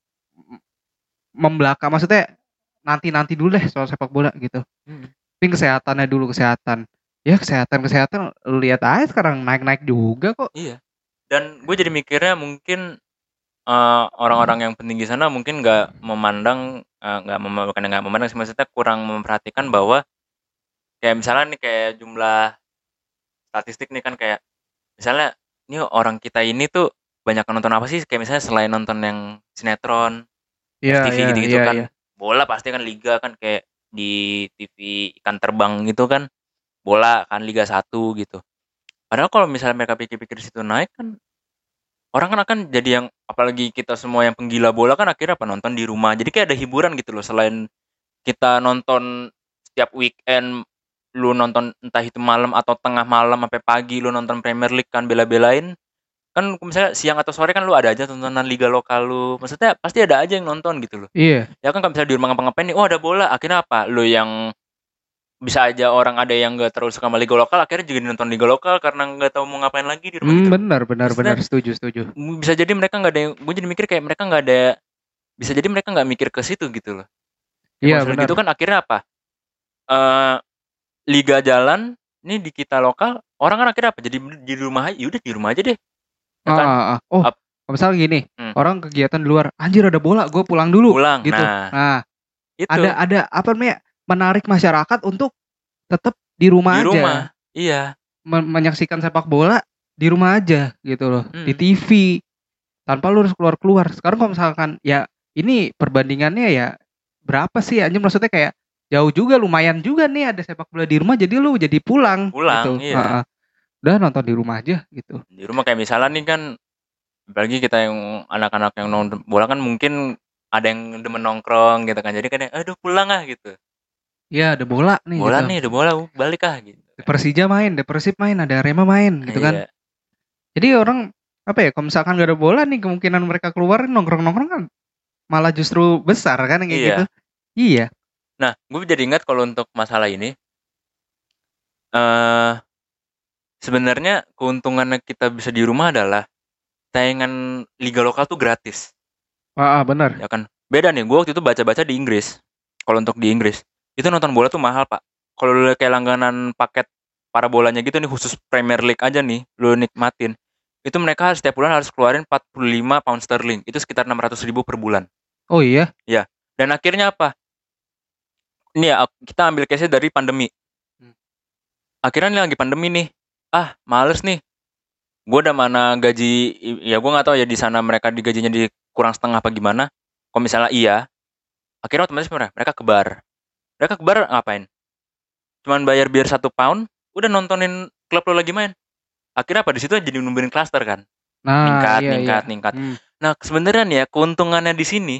membelakang maksudnya nanti-nanti dulu deh soal sepak bola gitu. hmm. Tapi kesehatannya dulu kesehatan. Ya kesehatan kesehatan lu lihat aja sekarang naik-naik juga kok. Iya dan gue jadi mikirnya mungkin eh, orang-orang yang pentinggi sana mungkin nggak memandang eh, nggak mem- bukan nggak memandang sih maksudnya kurang memperhatikan bahwa kayak misalnya nih kayak jumlah statistik nih kan kayak misalnya ini orang kita ini tuh banyak nonton apa sih kayak misalnya selain nonton yang sinetron Iya, F T V iya, gitu-gitu iya, iya. kan bola pasti kan liga kan kayak di T V ikan terbang gitu kan bola kan Liga satu gitu padahal kalau misalnya mereka pikir-pikir di situ naik kan orang kan akan jadi yang apalagi kita semua yang penggila bola kan akhirnya apa nonton di rumah jadi kayak ada hiburan gitu loh selain kita nonton setiap weekend lu nonton entah itu malam atau tengah malam sampai pagi lu nonton Premier League kan bela-belain kan misalnya siang atau sore kan lu ada aja tontonan liga lokal lu maksudnya pasti ada aja yang nonton gitu loh Iya. ya kan kalau misalnya di rumah ngapa-ngapain nih oh ada bola akhirnya apa lu yang bisa aja orang ada yang gak terlalu suka sama liga lokal akhirnya juga nonton liga lokal karena nggak tahu mau ngapain lagi di rumah Hmm, gitu loh benar, benar, maksudnya benar, setuju, setuju. bisa jadi mereka nggak ada yang gue jadi mikir kayak mereka nggak ada bisa jadi mereka nggak mikir ke situ gitu loh ya, Iya, kalau misalnya benar. gitu kan akhirnya apa eh liga jalan ini di kita lokal orang kan akhirnya apa jadi di rumah aja udah di rumah aja deh ya Ah, kan ah, ah. Oh, Ap- misalnya gini, hmm, orang kegiatan di luar, anjir ada bola, gue pulang dulu, pulang gitu. nah Nah, itu ada ada apa namanya menarik masyarakat untuk tetap di rumah di aja, rumah iya Men- menyaksikan sepak bola di rumah aja gitu loh, di hmm, T V tanpa lu harus keluar-keluar. Sekarang kalau misalkan ya ini perbandingannya ya berapa sih anjir, maksudnya kayak jauh juga, lumayan juga nih ada sepak bola di rumah jadi lu jadi pulang, Pulang, gitu. iya. Heeh. Udah nonton di rumah aja gitu. Di rumah kayak misalnya nih kan, apalagi kita yang anak-anak yang nonton bola kan mungkin ada yang demen nongkrong gitu kan. Jadi kan aduh pulang ah gitu. Iya, ada bola nih Bola gitu. nih, ada bola balik ah gitu. Persija main, ada Persib main, ada Arema main gitu kan. Iya. Jadi orang apa ya, kalau misalkan gak ada bola nih kemungkinan mereka keluar nongkrong-nongkrong kan malah justru besar kan kayak Iya. gitu. Iya. Nah, gue jadi ingat kalau untuk masalah ini eh sebenarnya keuntungannya kita bisa di rumah adalah tayangan liga lokal tuh gratis. Ah, ah, benar. Ya kan? Beda nih, gue waktu itu baca-baca di Inggris. Kalau untuk di Inggris, itu nonton bola tuh mahal, Pak. Kalau lu kayak langganan paket para bolanya gitu nih, khusus Premier League aja nih, lu nikmatin. Itu mereka setiap bulan harus keluarin empat puluh lima pound sterling. Itu sekitar enam ratus ribu per bulan. Oh iya? Ya. Dan akhirnya apa? Ini ya, kita ambil case-nya dari pandemi. Akhirnya nih lagi pandemi nih. Ah, males nih. Gue udah mana gaji, ya gue nggak tahu ya di sana mereka digajinya di kurang setengah apa gimana. Kalau misalnya iya, akhirnya otomatis mereka, mereka ke bar. Mereka ke bar ngapain? Cuman bayar biar satu pound, udah nontonin klub lo lagi main. Akhirnya apa di situ jadi numbuhin klaster kan? Nah, Ningkat, iya, ningkat, iya. ningkat. Hmm. Nah sebenarnya nih ya keuntungannya di sini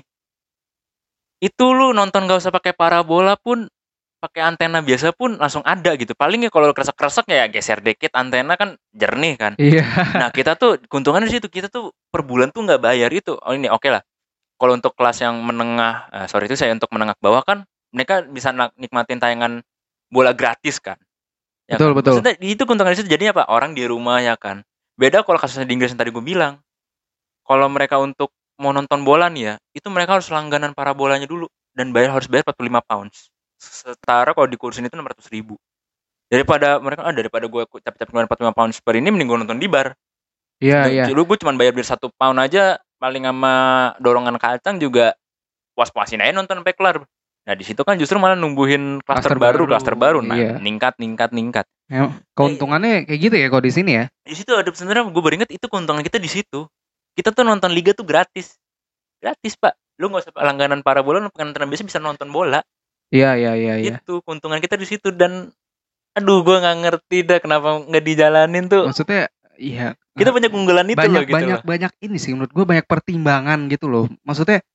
itu lu nonton gak usah pakai parabola pun, pakai antena biasa pun langsung ada gitu. Paling ya kalau kresek-kresek ya geser dikit antena kan jernih kan. Iya. Nah kita tuh keuntungannya di situ, kita tuh per bulan tuh nggak bayar itu. Oh ini oke okay lah. Kalau untuk kelas yang menengah, eh, sorry itu saya untuk menengah ke bawah kan, mereka bisa nikmatin tayangan bola gratis kan. Ya Betul, kan? betul. Maksudnya itu keuntungan di situ jadinya apa? Orang di rumah ya kan. Beda kalau kasusnya di Inggris yang tadi gue bilang. Kalau mereka untuk mau nonton bola nih ya, itu mereka harus langganan parabolanya dulu dan bayar harus bayar empat puluh lima pounds. Setara kalau dikursin itu enam ratus ribu. Daripada mereka ah daripada gue capek-capek ngeluarin empat puluh lima pounds per ini mending gue nonton di bar. Iya, iya. Dulu gue cuma bayar biar satu pound aja, paling sama dorongan kacang juga puas-puasin aja nonton sampai kelar. Nah di situ kan justru malah numbuhin klaster baru, klaster baru, nah iya. ningkat, ningkat, ningkat. Ya, keuntungannya kayak gitu ya kalau di sini ya. Di situ ada sebenarnya gue baru ingat itu keuntungan kita di situ. Kita tuh nonton liga tuh gratis, gratis pak. Lu nggak usah langganan parabola, lu pengen biasa bisa nonton bola. Iya, iya, iya. iya. Itu keuntungan kita di situ dan aduh gue nggak ngerti dah kenapa nggak dijalanin tuh. Maksudnya iya. Kita banyak unggulan itu banyak, loh gitu banyak, loh. Banyak ini sih menurut gue banyak pertimbangan gitu loh. Maksudnya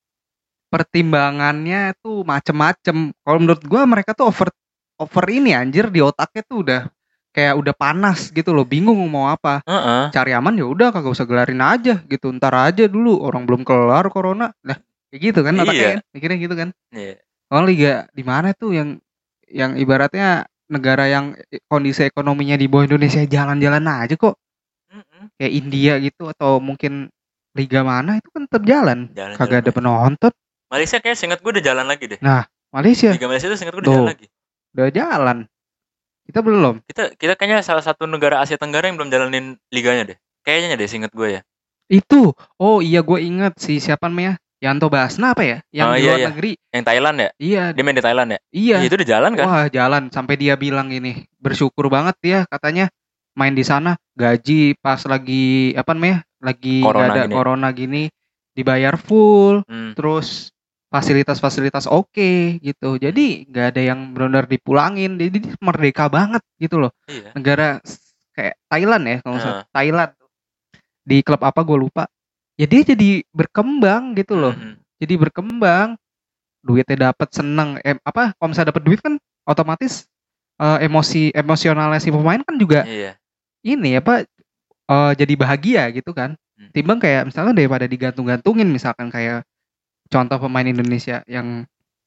pertimbangannya tuh macem-macem. Kalau menurut gue mereka tuh over over ini anjir, di otaknya tuh udah kayak udah panas gitu loh, bingung mau apa. Uh-uh. Cari aman ya udah kagak usah gelarin aja gitu, ntar aja dulu orang belum kelar corona. Nah kayak gitu kan otaknya, Iya. kan mikirnya gitu kan. Iya. Oh liga di mana tuh yang yang ibaratnya negara yang kondisi ekonominya di bawah Indonesia jalan-jalan aja kok. Mm-mm. Kayak India gitu atau mungkin liga mana itu kan tetap jalan, Jalan, kagak jalan ada aja. penonton. Malaysia kayak seingat gue udah jalan lagi deh. Nah Malaysia Liga Malaysia itu seingat gue udah Tuh. jalan lagi. Udah jalan, kita belum. Kita kita kayaknya salah satu negara Asia Tenggara yang belum jalanin liganya deh. Kayaknya deh seingat gue ya. Itu, oh iya gue inget si siapa namanya, Yanto Basna apa ya, yang Oh, di iya, luar iya. negeri. Yang Thailand ya? Iya. Dia main di Thailand ya? Iya. Ya, itu udah jalan kan? Wah jalan, sampai dia bilang ini bersyukur banget dia katanya main di sana, gaji pas lagi apa namanya, lagi Corona gak ada gini. corona gini dibayar full, Hmm. terus fasilitas-fasilitas oke okay, gitu. Jadi nggak ada yang benar-benar dipulangin, jadi merdeka banget gitu loh. Iya. Negara kayak Thailand ya kalau misalnya Uh. Thailand di klub apa gue lupa. Ya dia jadi berkembang gitu loh. Mm-hmm. Jadi berkembang, duitnya dapat, seneng. Eh, apa kalau misalnya dapat duit kan otomatis uh, emosi emosionalnya si pemain kan juga Iya. ini apa uh, jadi bahagia gitu kan. Hmm. Timbang kayak misalnya daripada digantung-gantungin, misalkan kayak contoh pemain Indonesia yang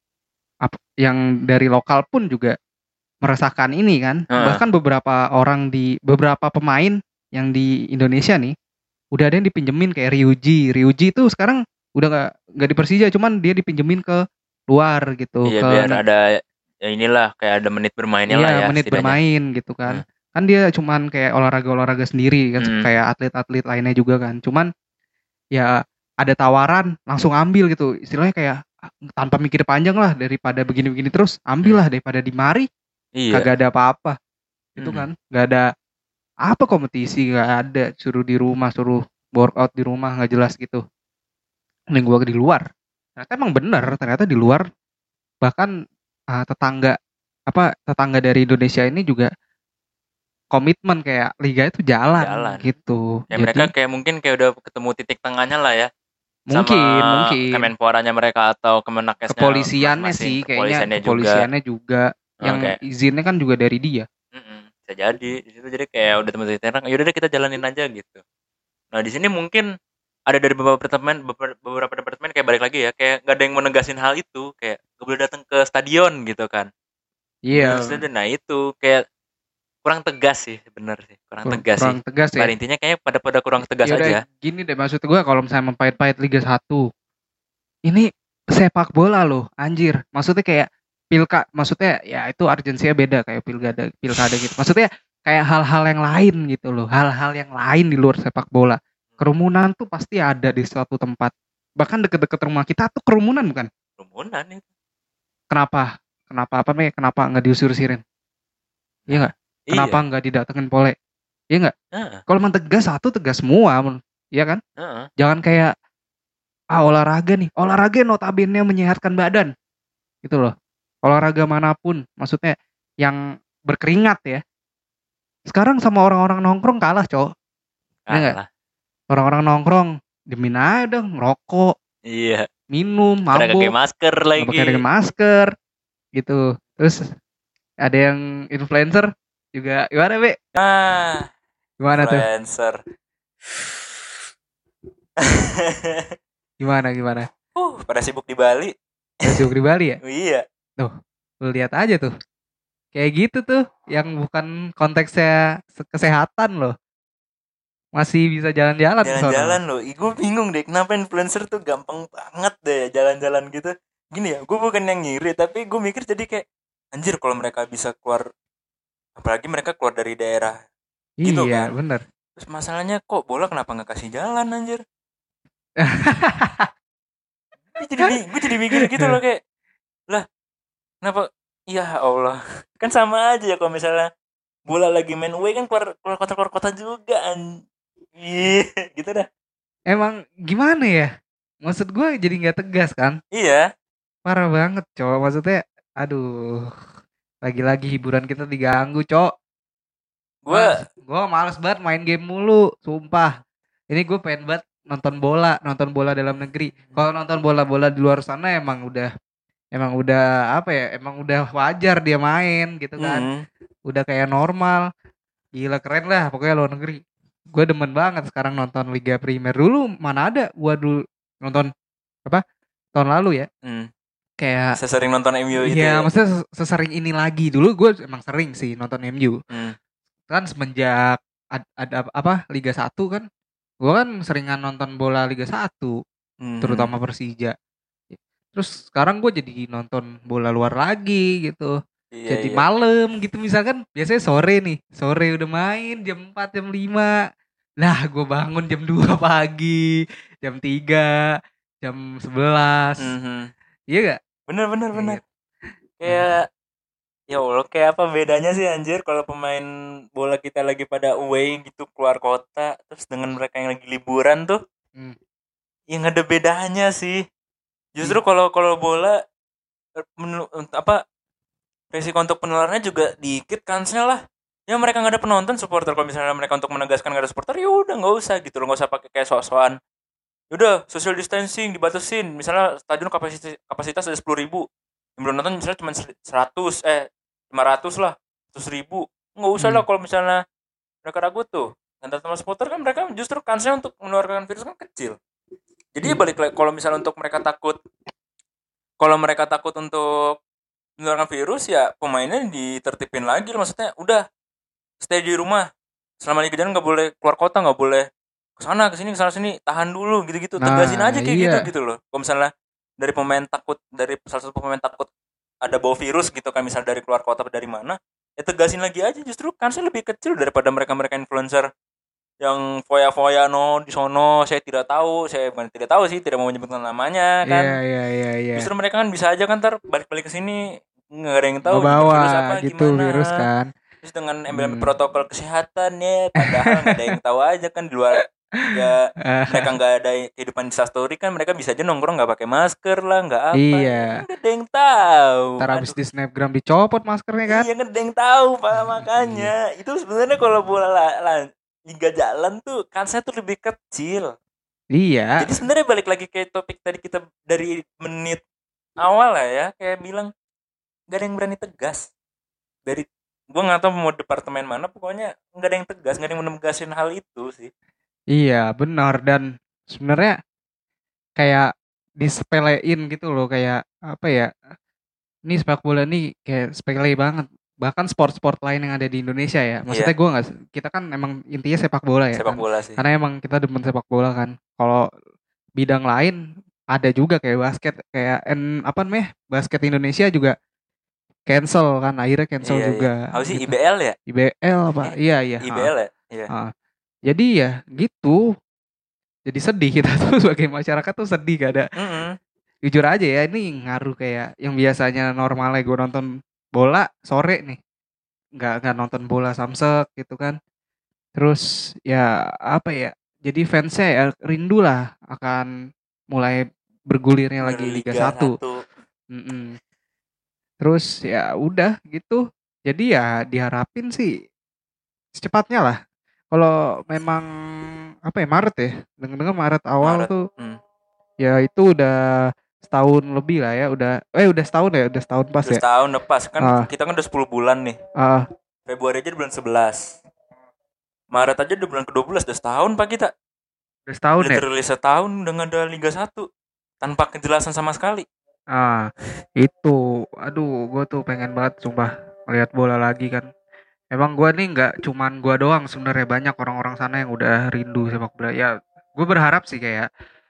ap, yang dari lokal pun juga merasakan ini kan. Uh. Bahkan beberapa orang di beberapa pemain yang di Indonesia nih udah ada yang dipinjemin kayak Ryuji. Ryuji itu sekarang udah nggak nggak di Persija, cuman dia dipinjemin ke luar gitu. Iya ke biar ada ya inilah kayak ada menit bermainnya iya, lah ya. menit setidaknya. bermain gitu kan. Hmm. Kan dia cuman kayak olahraga-olahraga sendiri kan, Hmm. kayak atlet-atlet lainnya juga kan. Cuman ya ada tawaran langsung ambil gitu. Istilahnya kayak tanpa mikir panjang lah, daripada begini-begini terus ambil lah daripada di mari. Iya. Kagak ada apa-apa. Itu Hmm. kan nggak ada apa kompetisi, nggak ada, suruh di rumah, suruh workout di rumah nggak jelas gitu. Mending gua di luar. Ternyata emang bener, ternyata di luar bahkan uh, tetangga apa tetangga dari Indonesia ini juga komitmen kayak liga itu jalan, Jalan. gitu. Ya Jadi mereka kayak mungkin kayak udah ketemu titik tengahnya lah ya. mungkin Sama mungkin Kemenporanya mereka atau Kemenakesnya kepolisiannya masing-masing, sih kayaknya kepolisiannya juga. kepolisiannya juga Oh, yang kayak izinnya kan juga dari dia. mm-mm, bisa jadi di situ jadi kayak udah temu titik tengah. Yaudah deh kita jalanin aja gitu. Nah di sini mungkin ada dari beberapa departemen beberapa, beberapa departemen kayak balik lagi ya kayak nggak ada yang menegasin hal itu kayak gak boleh datang ke stadion gitu kan. Iya. Yeah. Nah itu kayak kurang tegas sih bener sih kurang Kurang, tegas kurang sih. tegas ya. Pada intinya kayaknya pada pada kurang tegas Yaudah, aja. gini deh maksud gue kalau misalnya mempait-pait Liga satu. Ini sepak bola loh, anjir. Maksudnya kayak pilka, maksudnya ya itu urgensinya beda kayak pilkada, pilkada gitu. Maksudnya kayak hal-hal yang lain gitu loh, hal-hal yang lain di luar sepak bola. Kerumunan tuh pasti ada di suatu tempat. Bahkan deket-deket rumah kita tuh kerumunan bukan? Kerumunan itu. Kenapa? Kenapa apa nih? Kenapa nggak diusir-usirin? Iya nggak? Kenapa Iya. nggak didatengin pole? Iya nggak? Uh. Kalau emang tegas satu tegas semua, iya kan? Uh. Jangan kayak ah olahraga nih, olahraga notabene menyehatkan badan, gitu loh. Olahraga manapun, maksudnya yang berkeringat ya. Sekarang sama orang-orang nongkrong kalah, cowok. Iya nggak? Orang-orang nongkrong, demin aja dong, ngerokok. Iya. Minum, mabuk. Pakai masker lagi. Pakai masker, gitu. Terus ada yang influencer juga, gimana be? Ah, gimana influencer. tuh? Gimana gimana? Uh, pada sibuk di Bali. Pada sibuk di Bali ya? Oh, iya. Tuh, lu lihat aja tuh. Kayak gitu tuh, yang bukan konteksnya kesehatan loh. Masih bisa jalan-jalan. Jalan-jalan loh. Gue bingung deh, kenapa influencer tuh gampang banget deh jalan-jalan gitu. Gini ya, gue bukan yang ngiri, tapi gue mikir jadi kayak, anjir kalau mereka bisa keluar, apalagi mereka keluar dari daerah. Iya, gitu kan. Bener. Terus masalahnya kok bola kenapa nggak kasih jalan anjir? gue jadi gue jadi mikir gitu loh kayak lah kenapa ya Allah kan sama aja ya kalau misalnya bola lagi main away kan keluar keluar kota keluar kota juga an iya gitu dah emang gimana ya maksud gue jadi nggak tegas kan iya parah banget cowok maksudnya aduh lagi-lagi hiburan kita diganggu cowok gue gue males banget main game mulu sumpah ini gue pengen banget nonton bola, nonton bola dalam negeri. Kalau nonton bola-bola di luar sana emang udah emang udah apa ya? Emang udah wajar dia main gitu kan. Mm. Udah kayak normal. Gila keren lah pokoknya luar negeri. Gue demen banget sekarang nonton Liga Primer. Dulu mana ada gua dulu nonton apa? Tahun lalu ya. Mm. Kayak sesering nonton M U itu. Iya, ya? Maksudnya sesering ini lagi. Dulu gue emang sering sih nonton M U. Mm. Kan semenjak ada, ada apa Liga satu kan gue kan seringan nonton bola Liga satu hmm. terutama Persija terus sekarang gue jadi nonton bola luar lagi gitu iya, jadi iya. Malam gitu misalkan biasanya sore nih sore udah main jam empat jam lima lah gue bangun jam dua pagi jam tiga jam sebelas mm-hmm. Iya gak? Bener bener kayak bener kayak ya Allah kayak apa bedanya sih anjir kalau pemain bola kita lagi pada away gitu keluar kota terus dengan mereka yang lagi liburan tuh hmm. yang ada bedanya sih justru kalau hmm. kalau bola menurut apa resiko untuk penularannya juga dikit kansnya lah ya mereka nggak ada penonton supporter kalau misalnya mereka untuk menegaskan nggak ada supporter ya udah nggak usah gitu loh nggak usah pakai kayak sok-sokan udah social distancing dibatasin misalnya stadion kapasitas kapasitas ada sepuluh ribu yang belum nonton misalnya cuma seratus eh lima ratus lah seratus ribu nggak usah hmm. lah kalau misalnya mereka ragu tuh antar teman supporter kan mereka justru kansnya untuk menularkan virus kan kecil jadi hmm. balik lagi kalau misalnya untuk mereka takut kalau mereka takut untuk menularkan virus ya pemainnya ditertipin lagi maksudnya udah stay di rumah selama Liga Jalan nggak boleh keluar kota nggak boleh kesana kesini kesana sini tahan dulu gitu-gitu nah, tegasin aja kayak iya. gitu gitu loh kalau misalnya dari pemain takut dari salah satu pemain takut ada bawa virus gitu kan misal dari keluar kota dari mana ya tegasin lagi aja justru kansnya lebih kecil daripada mereka-mereka influencer yang foya-foya no di sono saya tidak tahu saya bukan tidak tahu sih tidak mau menyebutkan namanya kan iya iya iya iya justru mereka kan bisa aja kan ntar balik-balik ke sini nggak ada yang tahu bawa virus apa gitu gimana virus kan terus dengan embel hmm. protokol kesehatan ya padahal nggak ada yang tahu aja kan di luar nggak mereka nggak ada kehidupan di story kan mereka bisa aja nongkrong nggak pakai masker lah nggak apa ya kan Iya. nggak ada yang tahu Ntar abis aduh di snapgram dicopot maskernya kan. iya nggak ada yang tahu pak Iya. makanya itu sebenarnya kalau bola la- la- liga jalan tuh kan saya tuh lebih kecil Iya. jadi sebenarnya balik lagi ke topik tadi kita dari menit awal lah ya kayak bilang nggak ada yang berani tegas dari gua nggak tahu mau departemen mana pokoknya nggak ada yang tegas nggak ada yang menegasin hal itu sih. Iya, benar dan sebenarnya kayak disepelein gitu loh kayak apa ya? Ini sepak bola nih kayak sepele banget. Bahkan sport-sport lain yang ada di Indonesia ya. Maksudnya Iya gue nggak, kita kan emang intinya sepak bola ya sepak kan. bola sih. Karena emang kita demen sepak bola kan. Kalau bidang lain ada juga kayak basket, kayak en, apa namanya? Basket Indonesia juga cancel kan. Akhirnya cancel Iya iya. juga Apa sih gitu. I B L ya? I B L apa? Eh, Iya iya. Ha, I B L ya? Iya. ha. Jadi ya gitu. Jadi sedih kita tuh sebagai masyarakat tuh sedih gak ada. Mm-mm. Jujur aja ya ini ngaruh kayak yang biasanya normalnya gue nonton bola sore nih nggak nggak nonton bola samsek gitu kan terus ya apa ya jadi fansnya ya rindu lah akan mulai bergulirnya Dari lagi Liga Liga satu. satu. Mm-mm. Terus ya udah gitu jadi ya diharapin sih secepatnya lah kalau memang apa ya Maret ya dengar-dengar Maret awal Maret. tuh Hmm. ya itu udah setahun lebih lah ya udah eh udah setahun ya udah setahun pas Udah ya. setahun lepas kan Ah kita kan udah sepuluh bulan nih. ah Februari aja udah bulan sebelas. Maret aja udah bulan kedua belas udah setahun Pak kita. udah setahun ya. Literally setahun udah nggak ada Liga satu tanpa kejelasan sama sekali. Ah, itu, aduh, gue tuh pengen banget, sumpah, melihat bola lagi kan. Emang gue nih nggak cuman gue doang, sebenarnya banyak orang-orang sana yang udah rindu sepak bola. Ya, gue berharap sih kayak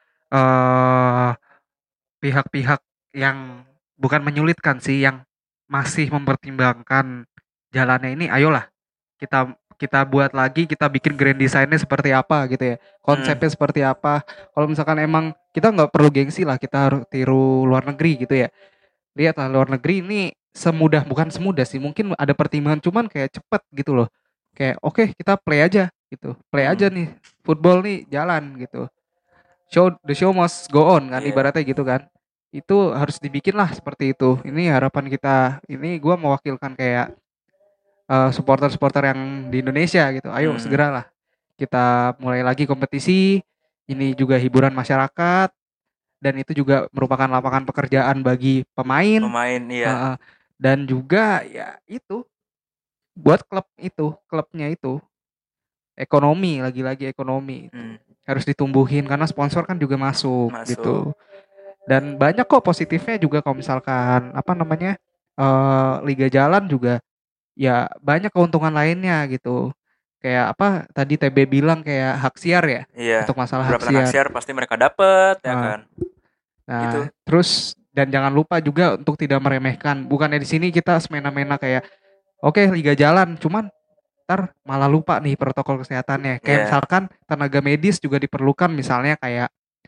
eh pihak-pihak yang bukan menyulitkan sih, yang masih mempertimbangkan jalannya ini, ayolah kita kita buat lagi, kita bikin grand design-nya seperti apa gitu ya, Hmm. konsepnya seperti apa. Kalau misalkan emang kita nggak perlu gengsi lah, kita harus tiru luar negeri gitu ya. Lihatlah luar negeri ini semudah bukan semudah sih mungkin ada pertimbangan cuman kayak cepet gitu loh kayak oke okay, kita play aja gitu play Hmm. aja nih football nih jalan gitu show the show must go on kan Iya. ibaratnya gitu kan itu harus dibikin lah seperti itu ini harapan kita ini gue mewakilkan kayak eh, supporter-supporter yang di Indonesia gitu ayo Hmm. segeralah kita mulai lagi kompetisi ini juga hiburan masyarakat dan itu juga merupakan lapangan pekerjaan bagi pemain. Pemain iya. Uh, dan juga ya itu buat klub itu klubnya itu ekonomi lagi-lagi ekonomi itu Hmm. harus ditumbuhin karena sponsor kan juga masuk, Masuk. gitu dan banyak kok positifnya juga kalau misalkan apa namanya uh, Liga Jalan juga ya banyak keuntungan lainnya gitu kayak apa tadi T B bilang kayak hak siar ya Iya. untuk masalah hak Berapa hak siar. siar pasti mereka dapat ya Uh, kan. Nah, Gitu. terus dan jangan lupa juga untuk tidak meremehkan. Bukannya di sini kita semena-mena kayak oke okay, Liga Jalan, cuman ntar malah lupa nih protokol kesehatannya. Kayak Iya. misalkan tenaga medis juga diperlukan misalnya kayak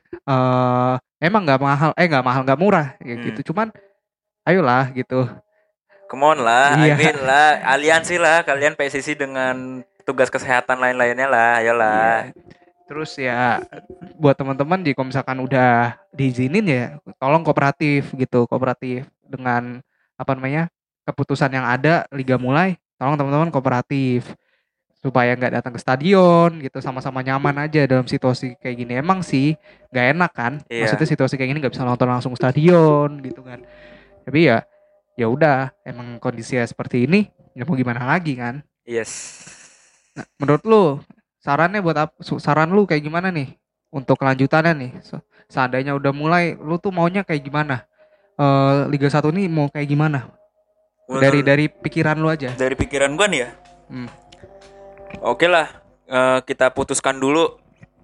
eh emang nggak mahal, eh nggak mahal nggak murah ya Hmm. gitu. Cuman ayolah gitu. Come on lah, I Iya. mean lah, aliansi lah kalian P S S I dengan tugas kesehatan lain-lainnya lah, ayolah. Iya. Terus ya buat teman-teman di kalau misalkan udah diizinin ya tolong kooperatif gitu, kooperatif dengan apa namanya? Keputusan yang ada liga mulai, tolong teman-teman kooperatif supaya nggak datang ke stadion gitu sama-sama nyaman aja dalam situasi kayak gini. Emang sih nggak enak kan? Iya. Maksudnya situasi kayak gini nggak bisa nonton langsung stadion gitu kan. Tapi ya ya udah emang kondisinya seperti ini ya mau gimana lagi kan? Yes. Nah, menurut lu sarannya buat apa? Saran lu kayak gimana nih untuk kelanjutannya nih? So, seandainya udah mulai, lu tuh maunya kayak gimana? Eh, Liga satu ini mau kayak gimana? Dari Menurut dari pikiran lu aja. dari pikiran gua nih ya. Hmm. Oke lah, eh, kita putuskan dulu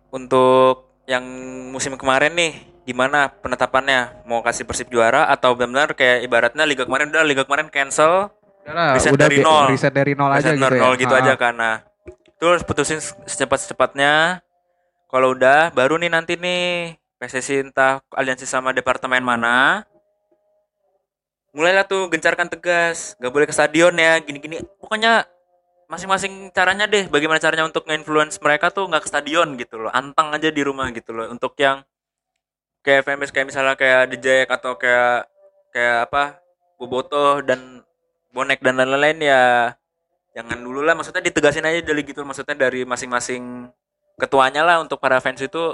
untuk yang musim kemarin nih gimana penetapannya, mau kasih Persib juara atau benar-benar kayak ibaratnya liga kemarin udah liga kemarin cancel, Udahlah, reset udah dari be- nol, riset dari nol aja reset gitu dari ya. nol gitu Ha-ha. aja karena terus putusin secepat-cepatnya. Kalau udah baru nih nanti nih P S S I entah aliansi sama departemen mana mulailah tuh gencarkan tegas, gak boleh ke stadion ya gini-gini, pokoknya masing-masing caranya deh, bagaimana caranya untuk nge-influence mereka tuh nggak ke stadion gitu loh, antang aja di rumah gitu loh. Untuk yang kayak famous kayak misalnya kayak The Jack atau kayak kayak apa Bobotoh dan Bonek dan lain-lain ya, jangan dulu lah, maksudnya ditegasin aja dari gitu, maksudnya dari masing-masing ketuanya lah untuk para fans itu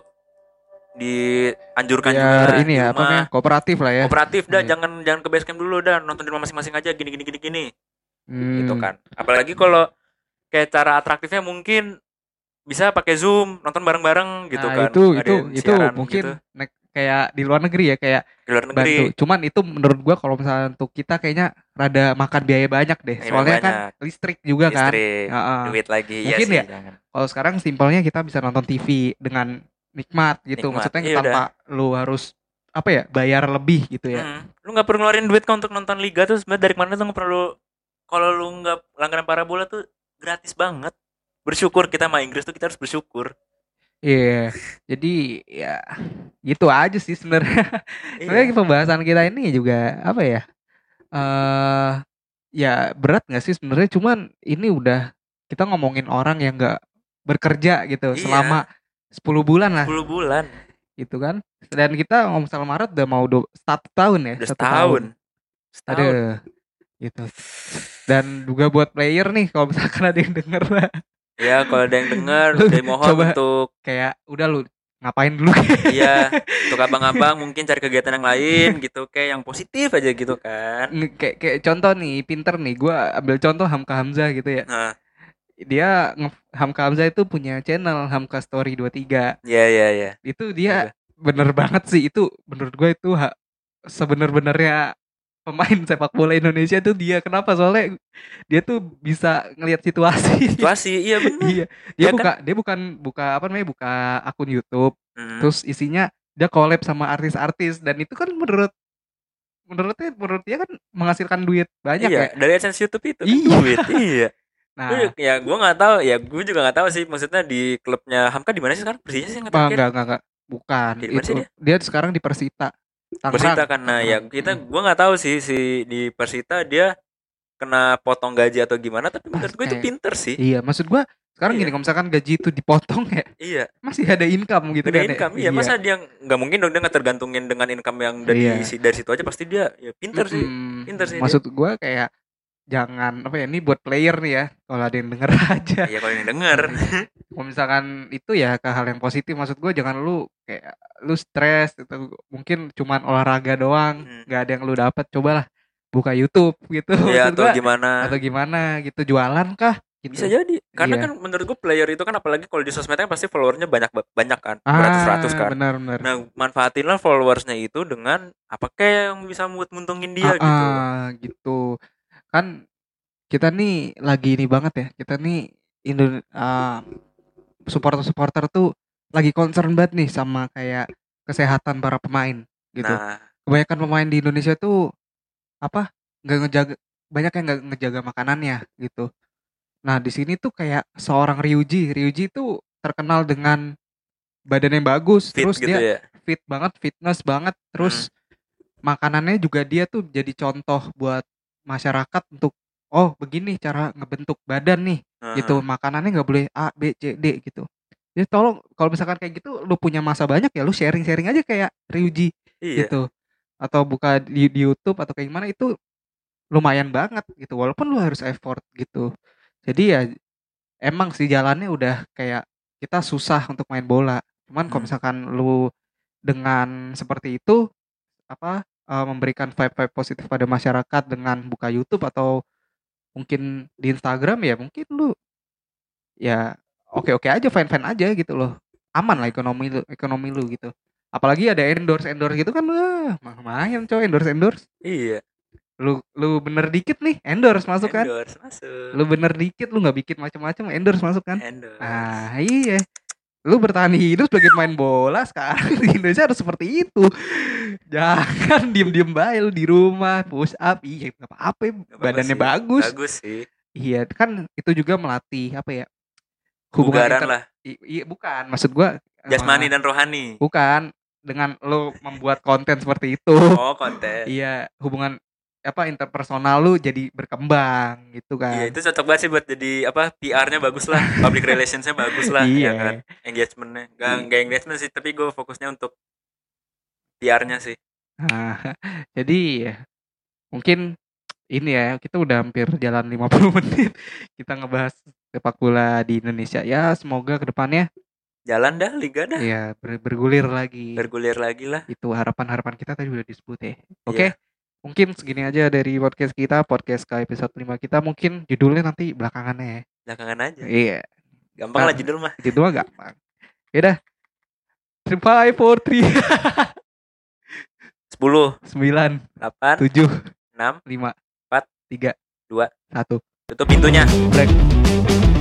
dianjurkan juga Biar lah ini di ya, apa namanya, rumah kooperatif lah ya. kooperatif dah, Iya. jangan jangan ke basecamp dulu dah, nonton di rumah masing-masing aja gini gini gini gini gitu Hmm. kan. Apalagi kalau kayak cara atraktifnya mungkin bisa pakai Zoom nonton bareng-bareng gitu Nah, kan, itu itu ngadain itu siaran mungkin gitu ne- kayak di luar negeri ya, kayak di luar negeri. bantu. Cuman itu menurut gua kalau misalnya untuk kita kayaknya rada makan biaya banyak deh. Nah, Soalnya kan banyak listrik juga kan. listrik, Heeh. duit lagi ya Mungkin sih, ya jangan. kalau sekarang simpelnya kita bisa nonton T V dengan nikmat gitu. Nikmat, Maksudnya iya udah. tanpa lu harus apa ya, bayar lebih gitu ya. Hmm. Lu nggak perlu ngeluarin duit kan untuk nonton liga tuh, sebenarnya dari mana tuh nggak perlu. Kalau lu nggak langganan parabola tuh gratis banget. Bersyukur kita sama Inggris tuh, kita harus bersyukur. Iya. Jadi ya gitu aja sih sebenarnya. Sebenarnya Iya. pembahasan kita ini juga apa ya? Eh ya berat nggak sih sebenarnya, cuman ini udah kita ngomongin orang yang nggak bekerja gitu selama Iya. sepuluh bulan lah sepuluh bulan. gitu kan, dan kita ngomong sama Maret udah mau do- satu tahun ya, Udah satu tahun. setahun. Setahun. Aduh gitu. Dan juga buat player nih, kalau misalkan ada yang denger lah, Ya kalau ada yang dengar, lu saya mohon coba untuk kayak udah lu ngapain dulu. iya, untuk abang-abang mungkin cari kegiatan yang lain gitu, kayak yang positif aja gitu kan. Nge- kayak kayak contoh nih, pinter nih, gue ambil contoh Hamka Hamzah gitu ya. Nah, Dia nge- Hamka Hamzah itu punya channel Hamka Story dua puluh tiga. ya ya ya. Itu Tahu dia gue. bener banget sih, itu menurut gue itu ha, sebener-benernya pemain sepak bola Indonesia tuh dia. Kenapa? Soalnya dia tuh bisa ngelihat situasi. Situasi, iya benar. Iya, dia Ya kan? buka dia bukan buka apa namanya, buka akun YouTube Hmm. terus isinya dia collab sama artis-artis, dan itu kan menurut menurutnya menurut dia kan menghasilkan duit banyak Iya, ya. dari AdSense YouTube itu kan Iya. duit. Iya. Lu Nah, ya gue nggak tahu, ya gue juga nggak tahu sih, maksudnya di klubnya Hamka di mana sih sekarang, Persija sih nggak ah, terakhir. enggak enggak enggak bukan Kayak di mana itu, sih dia? dia sekarang di Persita Tangerang. Persita kan. Nah, ya Tangerang. kita Mm. gue nggak tahu sih si di Persita dia kena potong gaji atau gimana, tapi Ah, menurut gue itu kayak pinter sih. iya, maksud gua sekarang gini, Iya. kalau misalkan gaji itu dipotong ya Iya. masih ada income gitu Gak ada kan ya. income, iya, Iya. masa dia nggak mungkin dong dia nggak tergantungin dengan income yang dari Iya. si- dari situ aja, pasti dia ya pinter sih, Mm-mm. pinter sih dia. Maksud gua kayak jangan apa ya, ini buat player nih ya, kalau ada yang denger aja. Iya kalau yang denger. Kalau misalkan itu ya ke hal yang positif, maksud gue jangan lu kayak lu stres itu mungkin cuman olahraga doang, Hmm. nggak ada yang lu dapat, cobalah buka YouTube gitu. Ya Maksud atau gue gimana? atau gimana gitu, jualan kah gitu. Bisa jadi. Karena Iya. kan menurut gue player itu kan, apalagi kalau di sosmednya pasti followernya banyak banyak kan, Ah, beratus-ratus kan. benar-benar. Nah, manfaatinlah followersnya itu dengan apa kayak yang bisa buat nguntungin dia Ah, gitu. ah, gitu. Kan kita nih lagi ini banget ya. Kita nih Indo ah, supporter-supporter tuh lagi concern banget nih sama kayak kesehatan para pemain gitu. Nah, Kebanyakan pemain di Indonesia tuh apa, nggak ngejaga, banyak yang nggak ngejaga makanannya gitu. Nah di sini tuh kayak seorang Ryuji Ryuji tuh terkenal dengan badan yang bagus, fit terus gitu dia ya. fit banget, fitness banget, Hmm. terus makanannya juga dia tuh jadi contoh buat masyarakat untuk oh begini cara ngebentuk badan nih gitu, Heeh. makanannya nggak boleh A B C D gitu. Jadi tolong kalau misalkan kayak gitu lu punya masa banyak ya lu sharing-sharing aja kayak Ryuji Iya. gitu, atau buka di, di YouTube atau kayak gimana, itu lumayan banget gitu walaupun lu harus effort gitu. Jadi ya emang sih jalannya udah kayak kita susah untuk main bola, cuman kalau Hmm. misalkan lu dengan seperti itu apa eh, memberikan vibe-vibe positif pada masyarakat dengan buka YouTube atau mungkin di Instagram, ya mungkin lu ya oke-oke aja, fine-fine aja gitu loh, aman lah Hmm. ekonomi lu ekonomi lu gitu. Apalagi ada endorse endorse gitu kan, wah lumayan coy, endorse endorse. Iya. Lu lu bener dikit nih endorse masuk kan, Endorse masuk. lu bener dikit, lu nggak bikin macam-macam endorse masuk kan. Endorse. Ah iya, lu bertahan hidup sebagai main bola sekarang di Indonesia harus seperti itu. Jangan diem-diem baik lu di rumah push up, iya nggak apa-apa, Gak apa-apa badannya sih. bagus. Bagus sih. Iya kan itu juga melatih apa ya, hubungan Kebugaran inter lah. i- iya bukan maksud gua Jasmani eh, dan rohani. bukan dengan lo membuat konten seperti itu. Oh, konten. Iya, hubungan apa interpersonal lu jadi berkembang gitu kan. Iya, itu cocok banget sih buat jadi apa P R-nya bagus lah, public relations-nya bagus lah, ya kan. Iya. Engagement-nya. Enggak enggak engagement sih, tapi gue fokusnya untuk P R-nya sih. Nah, jadi ya, mungkin ini ya, kita udah hampir jalan lima puluh menit. Kita ngebahas sepak bola di Indonesia. Ya, semoga kedepannya Jalan dah liga dah, ya ber- bergulir lagi. bergulir lagi lah. Itu harapan-harapan kita tadi udah disebut ya. Iya. Oke. Mungkin segini aja dari podcast kita, podcast ke episode lima kita. Mungkin judulnya nanti belakangannya ya. Belakangan aja. Iya. Gampang Nah, lah judul mah. Judul mah gampang. Yaudah. five, four, three, sepuluh, sembilan, delapan, tujuh, enam, lima, empat, tiga, dua, satu. tutup pintunya. Break.